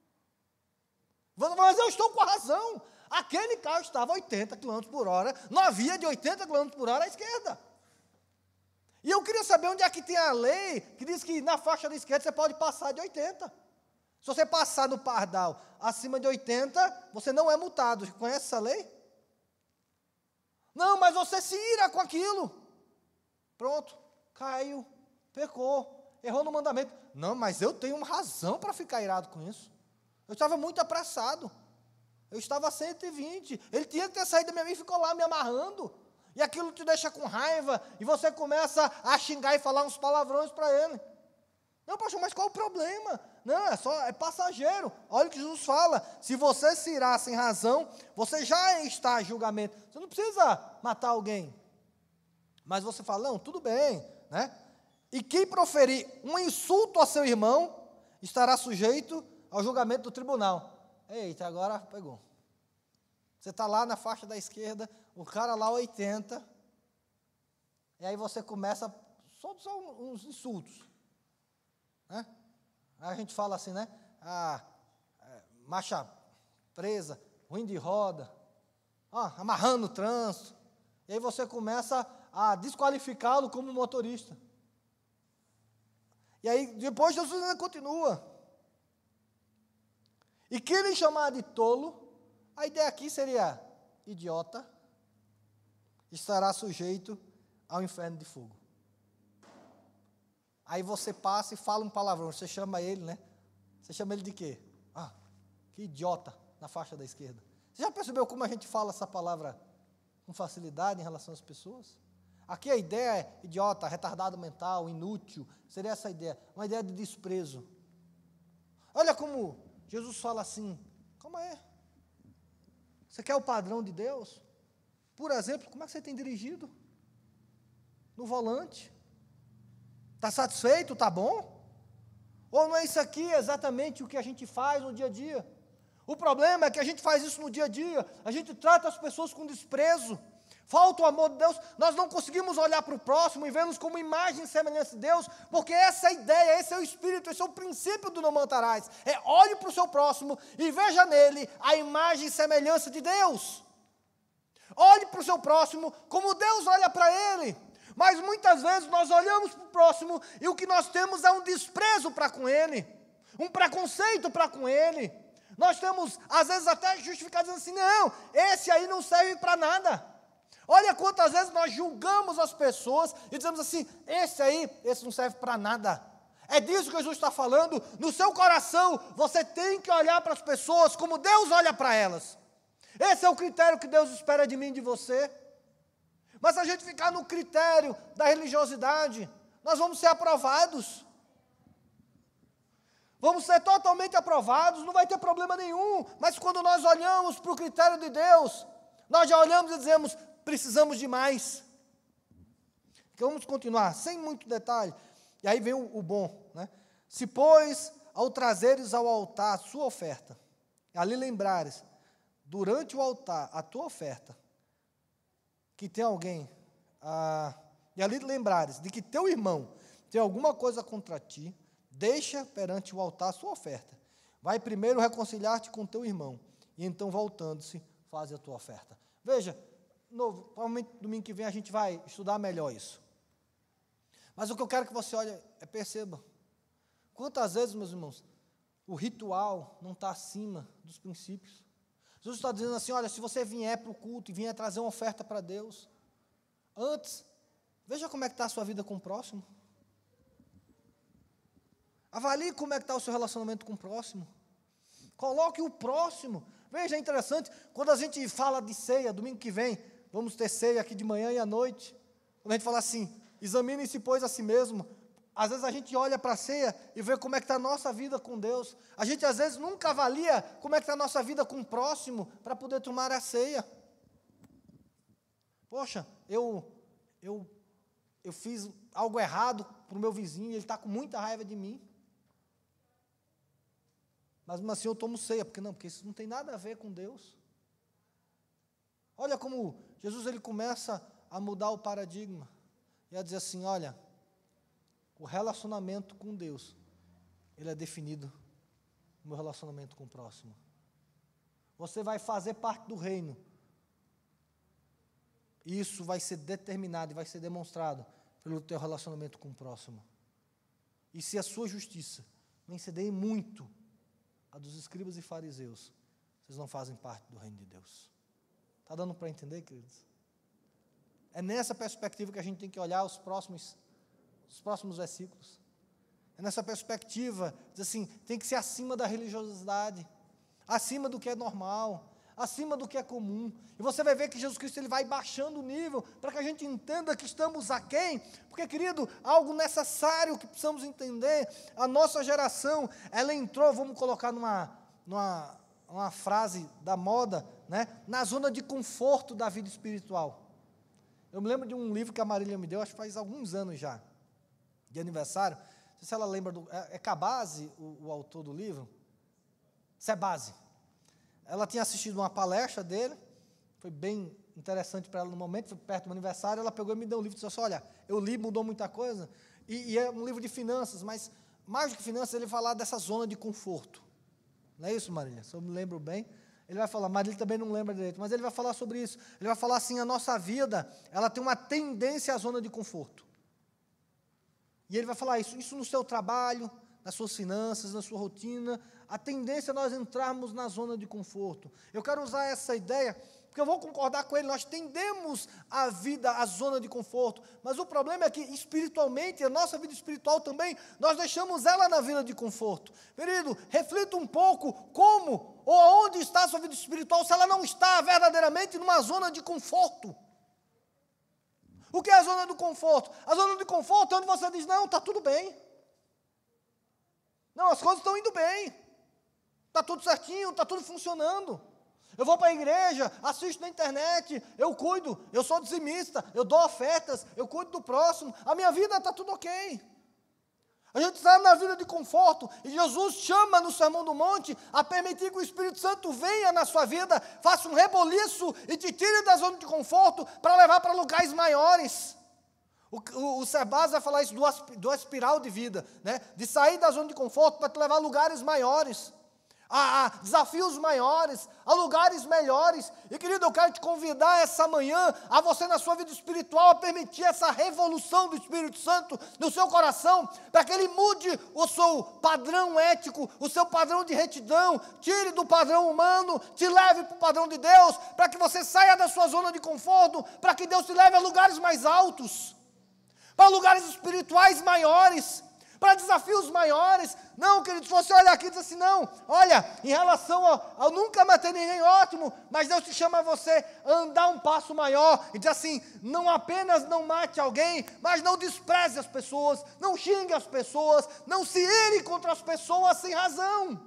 Mas eu estou com a razão. Aquele carro estava a oitenta quilômetros por hora, na via de oitenta quilômetros por hora à esquerda. E eu queria saber onde é que tem a lei que diz que na faixa da esquerda você pode passar de oitenta. Se você passar no pardal acima de oitenta, você não é multado. Você conhece essa lei? Não, mas você se ira com aquilo. Pronto, caiu, pecou, errou no mandamento. Não, mas eu tenho uma razão para ficar irado com isso. Eu estava muito apressado. Eu estava a cento e vinte. Ele tinha que ter saído da minha vida e ficou lá me amarrando. E aquilo te deixa com raiva, e você começa a xingar e falar uns palavrões para ele. Não, pastor, mas qual o problema? Não, é só, é passageiro. Olha o que Jesus fala, se você se irá sem razão, você já está em julgamento. Você não precisa matar alguém. Mas você fala, não, tudo bem, né? E quem proferir um insulto a seu irmão, estará sujeito ao julgamento do tribunal. Eita, agora pegou. Você está lá na faixa da esquerda, o cara lá oitenta, e aí você começa só a usar uns insultos. Né? A gente fala assim, né? Ah, é, marcha presa, ruim de roda, ah, amarrando o trânsito. E aí você começa a desqualificá-lo como motorista. E aí depois Jesus ainda continua. E que ele chamar de tolo, a ideia aqui seria idiota, estará sujeito ao inferno de fogo. Aí você passa e fala um palavrão, você chama ele, né? Você chama ele de quê? Ah, que idiota, na faixa da esquerda. Você já percebeu como a gente fala essa palavra com facilidade em relação às pessoas? Aqui a ideia é idiota, retardado mental, inútil, seria essa ideia, uma ideia de desprezo. Olha como Jesus fala assim, como é? Você quer o padrão de Deus? Por exemplo, como é que você tem dirigido? No volante? Está satisfeito? Está bom? Ou não é isso aqui exatamente o que a gente faz no dia a dia? O problema é que a gente faz isso no dia a dia, a gente trata as pessoas com desprezo, falta o amor de Deus, nós não conseguimos olhar para o próximo e vê-nos como imagem e semelhança de Deus, porque essa é a ideia, esse é o espírito, esse é o princípio do não matarás, é olhe para o seu próximo e veja nele a imagem e semelhança de Deus. Olhe para o seu próximo como Deus olha para ele. Mas muitas vezes nós olhamos para o próximo e o que nós temos é um desprezo para com ele, um preconceito para com ele. Nós temos, às vezes, até justificados assim, não, esse aí não serve para nada. Olha quantas vezes nós julgamos as pessoas e dizemos assim, esse aí, esse não serve para nada. É disso que Jesus está falando. No seu coração, você tem que olhar para as pessoas como Deus olha para elas. Esse é o critério que Deus espera de mim e de você. Mas se a gente ficar no critério da religiosidade, nós vamos ser aprovados. Vamos ser totalmente aprovados, não vai ter problema nenhum. Mas quando nós olhamos para o critério de Deus, nós já olhamos e dizemos, precisamos de mais. Então vamos continuar, sem muito detalhe. E aí vem o, o bom, né? Se, pois, ao trazeres ao altar a sua oferta, ali lembrares, durante o altar, a tua oferta, que tem alguém, ah, e ali lembrares de que teu irmão tem alguma coisa contra ti, deixa perante o altar a sua oferta. Vai primeiro reconciliar-te com teu irmão, e então, voltando-se, faz a tua oferta. Veja, novo, provavelmente domingo que vem a gente vai estudar melhor isso. Mas o que eu quero que você olhe, é perceba, quantas vezes, meus irmãos, o ritual não está acima dos princípios. Jesus está dizendo assim, olha, se você vier para o culto e vier trazer uma oferta para Deus, antes, veja como é que está a sua vida com o próximo. Avalie como é que está o seu relacionamento com o próximo. Coloque o próximo. Veja, é interessante, quando a gente fala de ceia, domingo que vem, vamos ter ceia aqui de manhã e à noite, quando a gente fala assim, examine-se, pois, a si mesmo. Às vezes a gente olha para a ceia e vê como é que está a nossa vida com Deus. A gente às vezes nunca avalia como é que está a nossa vida com o próximo para poder tomar a ceia. Poxa, eu, eu, eu fiz algo errado para o meu vizinho e ele está com muita raiva de mim. Mas mesmo assim eu tomo ceia, porque não, porque isso não tem nada a ver com Deus. Olha como Jesus ele começa a mudar o paradigma e a dizer assim, olha, o relacionamento com Deus, ele é definido no meu relacionamento com o próximo. Você vai fazer parte do reino. Isso vai ser determinado e vai ser demonstrado pelo teu relacionamento com o próximo. E se a sua justiça não exceder muito a dos escribas e fariseus, vocês não fazem parte do reino de Deus. Está dando para entender, queridos? É nessa perspectiva que a gente tem que olhar os próximos os próximos versículos. É nessa perspectiva, diz assim, tem que ser acima da religiosidade, acima do que é normal, acima do que é comum. E você vai ver que Jesus Cristo ele vai baixando o nível, para que a gente entenda que estamos aquém, porque, querido, algo necessário que precisamos entender, a nossa geração, ela entrou, vamos colocar numa, numa uma frase da moda, né, na zona de conforto da vida espiritual. Eu me lembro de um livro que a Marília me deu, acho que faz alguns anos já, de aniversário, não sei se ela lembra, do, é, é Cabase, o, o autor do livro, Sebase. Ela tinha assistido uma palestra dele, foi bem interessante para ela no momento, foi perto do meu aniversário, ela pegou e me deu um livro e disse assim, olha, eu li, mudou muita coisa, e, e é um livro de finanças, mas, mais do que finanças, ele vai falar dessa zona de conforto. Não é isso, Marília? Se eu me lembro bem, ele vai falar, Marília também não lembra direito, mas ele vai falar sobre isso. Ele vai falar assim, a nossa vida, ela tem uma tendência à zona de conforto. E ele vai falar isso, isso no seu trabalho, nas suas finanças, na sua rotina, a tendência é nós entrarmos na zona de conforto. Eu quero usar essa ideia, porque eu vou concordar com ele, nós tendemos a vida à zona de conforto, mas o problema é que espiritualmente, a nossa vida espiritual também, nós deixamos ela na vida de conforto. Querido, reflita um pouco como ou aonde está a sua vida espiritual, se ela não está verdadeiramente numa zona de conforto. O que é a zona do conforto? A zona de conforto é onde você diz, não, está tudo bem. Não, as coisas estão indo bem. Está tudo certinho, está tudo funcionando. Eu vou para a igreja, assisto na internet, eu cuido, eu sou dizimista, eu dou ofertas, eu cuido do próximo, a minha vida está tudo ok. A gente está na vida de conforto, e Jesus chama no Sermão do Monte a permitir que o Espírito Santo venha na sua vida, faça um reboliço e te tire da zona de conforto para levar para lugares maiores. O, o, o Sebaz vai falar isso do, do espiral de vida, né? De sair da zona de conforto para te levar a lugares maiores. A, a desafios maiores, a lugares melhores. E querido, eu quero te convidar essa manhã, a você na sua vida espiritual, a permitir essa revolução do Espírito Santo no seu coração, para que ele mude o seu padrão ético, o seu padrão de retidão, tire do padrão humano, te leve para o padrão de Deus, para que você saia da sua zona de conforto, para que Deus te leve a lugares mais altos, para lugares espirituais maiores, para desafios maiores. Não, querido, se você olhar aqui e diz assim, não, olha, em relação ao, ao nunca matei ninguém, ótimo, mas Deus te chama a você a andar um passo maior, e diz assim, não apenas não mate alguém, mas não despreze as pessoas, não xingue as pessoas, não se ire contra as pessoas sem razão.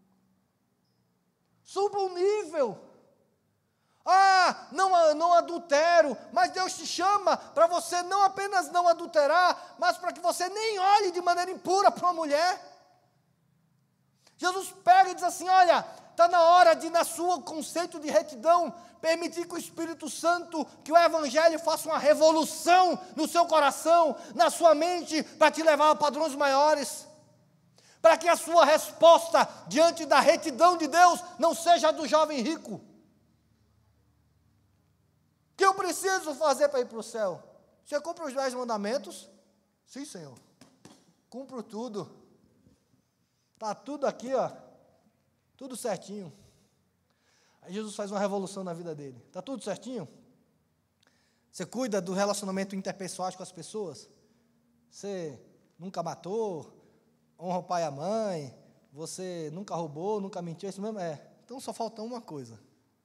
Suba o nível. Ah, não, não adultero, mas Deus te chama para você não apenas não adulterar, mas para que você nem olhe de maneira impura para uma mulher. Jesus pega e diz assim, olha, está na hora de, na sua conceito de retidão, permitir que o Espírito Santo, que o Evangelho faça uma revolução no seu coração, na sua mente, para te levar a padrões maiores. Para que a sua resposta diante da retidão de Deus não seja a do jovem rico. O que eu preciso fazer para ir para o céu? Você cumpre os dez mandamentos? Sim, Senhor. Cumpro tudo. Está tudo aqui, ó. Tudo certinho. Aí Jesus faz uma revolução na vida dele. Está tudo certinho? Você cuida do relacionamento interpessoal com as pessoas? Você nunca matou? Honra o pai e a mãe? Você nunca roubou? Nunca mentiu? Isso mesmo? É. Então só falta uma coisa.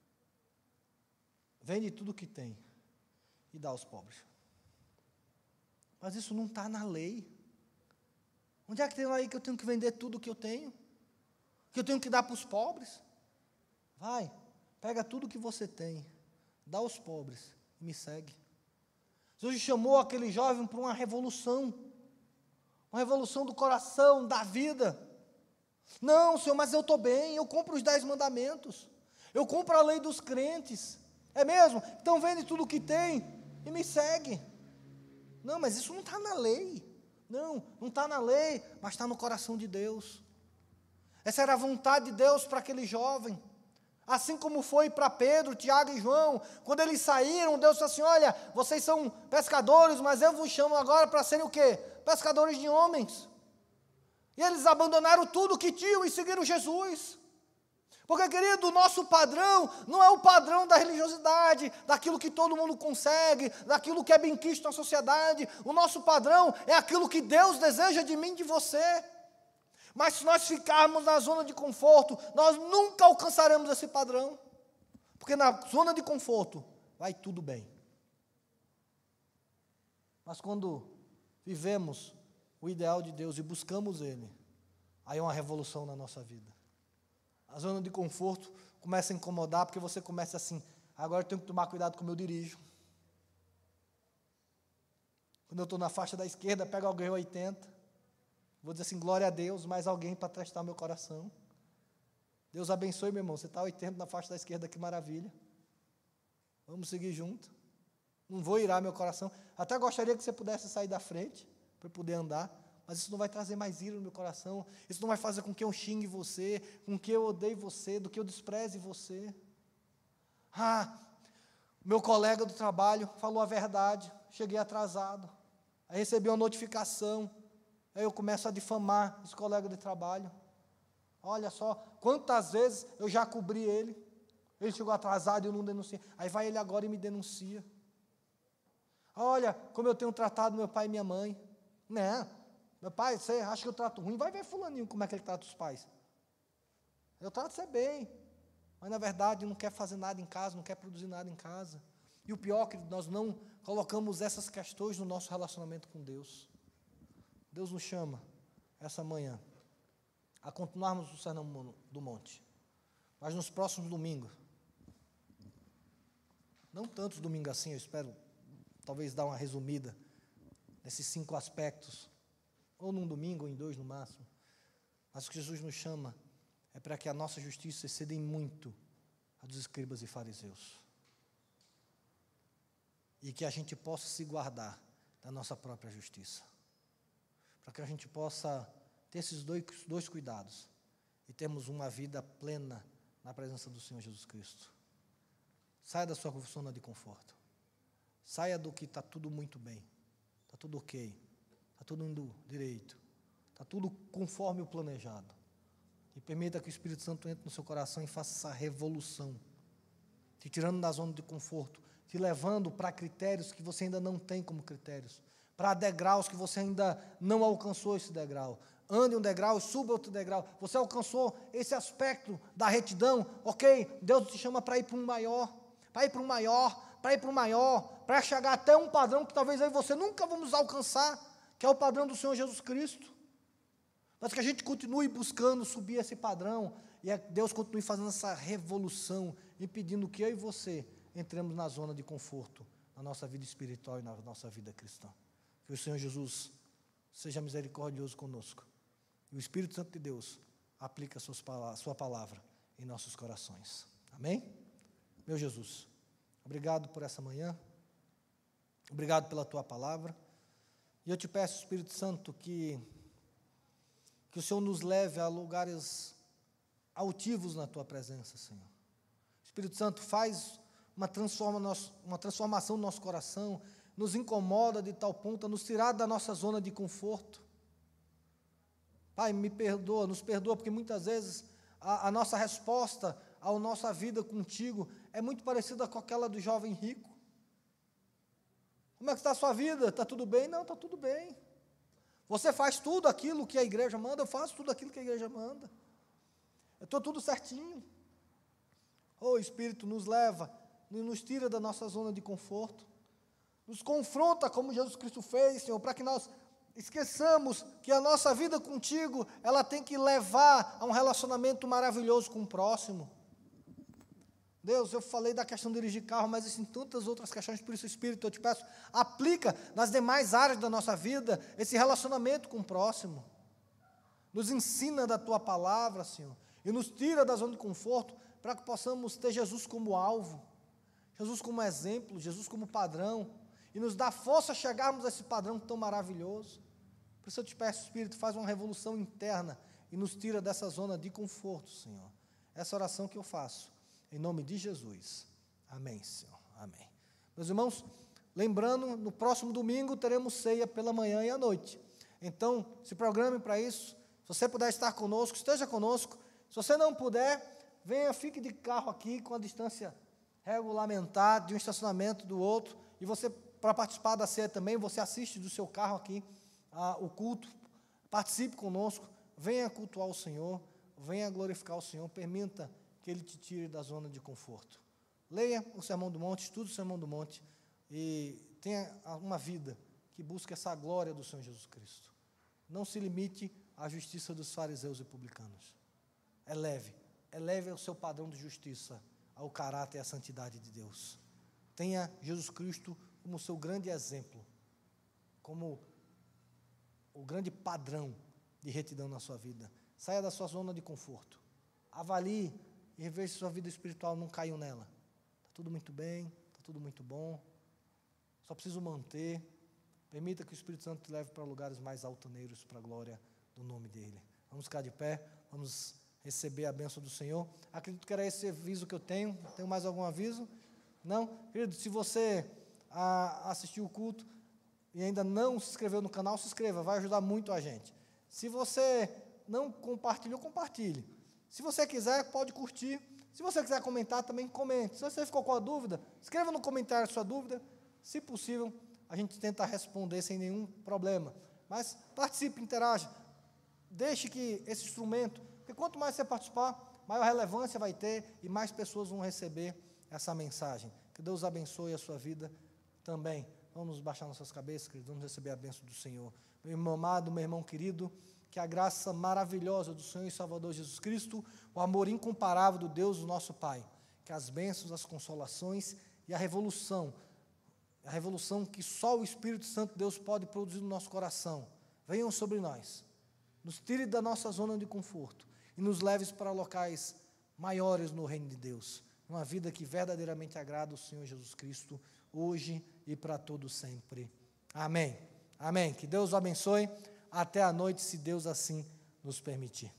Vende tudo o que tem e dá aos pobres. Mas isso não está na lei. Onde é que tem aí que eu tenho que vender tudo o que eu tenho? Que eu tenho que dar para os pobres? Vai, pega tudo o que você tem, dá aos pobres e me segue. Jesus chamou aquele jovem para uma revolução. Uma revolução do coração, da vida. Não, Senhor, mas eu estou bem, eu cumpro os dez mandamentos. Eu cumpro a lei dos crentes. É mesmo? Então vende tudo o que tem e me segue. Não, mas isso não está na lei. Não, não está na lei, mas está no coração de Deus. Essa era a vontade de Deus para aquele jovem. Assim como foi para Pedro, Tiago e João. Quando eles saíram, Deus disse assim, olha, vocês são pescadores, mas eu vos chamo agora para serem o quê? Pescadores de homens. E eles abandonaram tudo o que tinham e seguiram Jesus. Porque, querido, o nosso padrão não é o padrão da religiosidade, daquilo que todo mundo consegue, daquilo que é benquisto na sociedade. O nosso padrão é aquilo que Deus deseja de mim e de você. Mas se nós ficarmos na zona de conforto, nós nunca alcançaremos esse padrão. Porque na zona de conforto vai tudo bem. Mas quando vivemos o ideal de Deus e buscamos Ele, aí é uma revolução na nossa vida. A zona de conforto começa a incomodar, porque você começa assim, agora eu tenho que tomar cuidado como eu dirijo. Quando eu estou na faixa da esquerda, pego alguém a oitenta, vou dizer assim, glória a Deus, mais alguém para testar meu coração. Deus abençoe, meu irmão, você está a oitenta na faixa da esquerda, que maravilha. Vamos seguir junto. Não vou irar meu coração. Até gostaria que você pudesse sair da frente, para poder andar, mas isso não vai trazer mais ira no meu coração, isso não vai fazer com que eu xingue você, com que eu odeie você, do que eu despreze você. Ah, meu colega do trabalho falou a verdade, cheguei atrasado, aí recebi uma notificação, aí eu começo a difamar esse colega de trabalho. Olha só, quantas vezes eu já cobri ele, ele chegou atrasado e eu não denunciei, aí vai ele agora e me denuncia. Olha, como eu tenho tratado meu pai e minha mãe. Não, meu pai, você acha que eu trato ruim? Vai ver fulaninho como é que ele trata os pais. Eu trato você bem, mas na verdade não quer fazer nada em casa, não quer produzir nada em casa. E o pior é que nós não colocamos essas questões no nosso relacionamento com Deus. Deus nos chama, essa manhã, a continuarmos o Sermão do Monte. Mas nos próximos domingos, não tantos domingos assim, eu espero talvez dar uma resumida nesses cinco aspectos, ou num domingo, ou em dois no máximo. Mas o que Jesus nos chama é para que a nossa justiça exceda em muito a dos escribas e fariseus. E que a gente possa se guardar da nossa própria justiça. Para que a gente possa ter esses dois, dois cuidados e termos uma vida plena na presença do Senhor Jesus Cristo. Saia da sua zona de conforto. Saia do que está tudo muito bem, está tudo ok, está tudo indo direito, está tudo conforme o planejado. E permita que o Espírito Santo entre no seu coração e faça essa revolução, te tirando da zona de conforto, te levando para critérios que você ainda não tem como critérios, para degraus que você ainda não alcançou esse degrau. Ande um degrau e suba outro degrau. Você alcançou esse aspecto da retidão, ok, Deus te chama para ir para um maior, para ir para um maior, para ir para o maior, para chegar até um padrão que talvez eu e você nunca vamos alcançar, que é o padrão do Senhor Jesus Cristo. Mas que a gente continue buscando subir esse padrão, e Deus continue fazendo essa revolução, impedindo que eu e você entremos na zona de conforto, na nossa vida espiritual e na nossa vida cristã. Que o Senhor Jesus seja misericordioso conosco, e o Espírito Santo de Deus aplique a sua palavra em nossos corações. Amém? Meu Jesus, obrigado por essa manhã, obrigado pela tua palavra, e eu te peço, Espírito Santo, que, que o Senhor nos leve a lugares altivos na tua presença, Senhor. Espírito Santo, faz uma, transforma nosso, uma transformação no nosso coração, nos incomoda de tal ponto a nos tirar da nossa zona de conforto. Pai, me perdoa, nos perdoa, porque muitas vezes a, a nossa resposta à nossa vida contigo é muito parecida com aquela do jovem rico. Como é que está a sua vida? Está tudo bem? Não, está tudo bem. Você faz tudo aquilo que a igreja manda, eu faço tudo aquilo que a igreja manda. Eu estou tudo certinho. Oh, Espírito, nos leva, nos tira da nossa zona de conforto, nos confronta como Jesus Cristo fez, Senhor, para que nós esqueçamos que a nossa vida contigo, ela tem que levar a um relacionamento maravilhoso com o próximo. Deus, eu falei da questão de dirigir carro, mas existem tantas outras questões, por isso, Espírito, eu te peço, aplica nas demais áreas da nossa vida esse relacionamento com o próximo. Nos ensina da tua palavra, Senhor, e nos tira da zona de conforto, para que possamos ter Jesus como alvo, Jesus como exemplo, Jesus como padrão, e nos dá força a chegarmos a esse padrão tão maravilhoso. Por isso eu te peço, Espírito, faz uma revolução interna e nos tira dessa zona de conforto, Senhor. Essa oração que eu faço, em nome de Jesus. Amém, Senhor. Amém. Meus irmãos, lembrando, no próximo domingo teremos ceia pela manhã e à noite. Então, se programe para isso. Se você puder estar conosco, esteja conosco. Se você não puder, venha, fique de carro aqui com a distância regulamentar de um estacionamento do outro. E você, para participar da ceia também, você assiste do seu carro aqui ah, o culto. Participe conosco. Venha cultuar o Senhor. Venha glorificar o Senhor. Permita que Ele te tire da zona de conforto. Leia o Sermão do Monte, estude o Sermão do Monte e tenha uma vida que busque essa glória do Senhor Jesus Cristo. Não se limite à justiça dos fariseus e publicanos. Eleve, eleve o seu padrão de justiça ao caráter e à santidade de Deus. Tenha Jesus Cristo como seu grande exemplo, como o grande padrão de retidão na sua vida. Saia da sua zona de conforto. Avalie e reveja se sua vida espiritual não caiu nela. Está tudo muito bem, está tudo muito bom, só preciso manter. Permita que o Espírito Santo te leve para lugares mais altaneiros, para a glória do nome dEle. Vamos ficar de pé, vamos receber a bênção do Senhor. Acredito que era esse aviso que eu tenho. Tenho mais algum aviso? Não? Querido, se você ah, assistiu o culto e ainda não se inscreveu no canal, se inscreva, vai ajudar muito a gente. Se você não compartilhou, compartilhe. Se você quiser, pode curtir. Se você quiser comentar, também comente. Se você ficou com a dúvida, escreva no comentário a sua dúvida. Se possível, a gente tenta responder sem nenhum problema. Mas participe, interaja. Deixe que esse instrumento, porque quanto mais você participar, maior relevância vai ter e mais pessoas vão receber essa mensagem. Que Deus abençoe a sua vida também. Vamos baixar nossas cabeças, queridos, vamos receber a bênção do Senhor. Meu irmão amado, meu irmão querido, que a graça maravilhosa do Senhor e Salvador Jesus Cristo, o amor incomparável do Deus, o nosso Pai, que as bênçãos, as consolações e a revolução, a revolução que só o Espírito Santo de Deus pode produzir no nosso coração, venham sobre nós, nos tire da nossa zona de conforto e nos leve para locais maiores no reino de Deus, uma vida que verdadeiramente agrada o Senhor Jesus Cristo, hoje e para todo sempre. Amém. Amém. Que Deus o abençoe. Até a noite, se Deus assim nos permitir.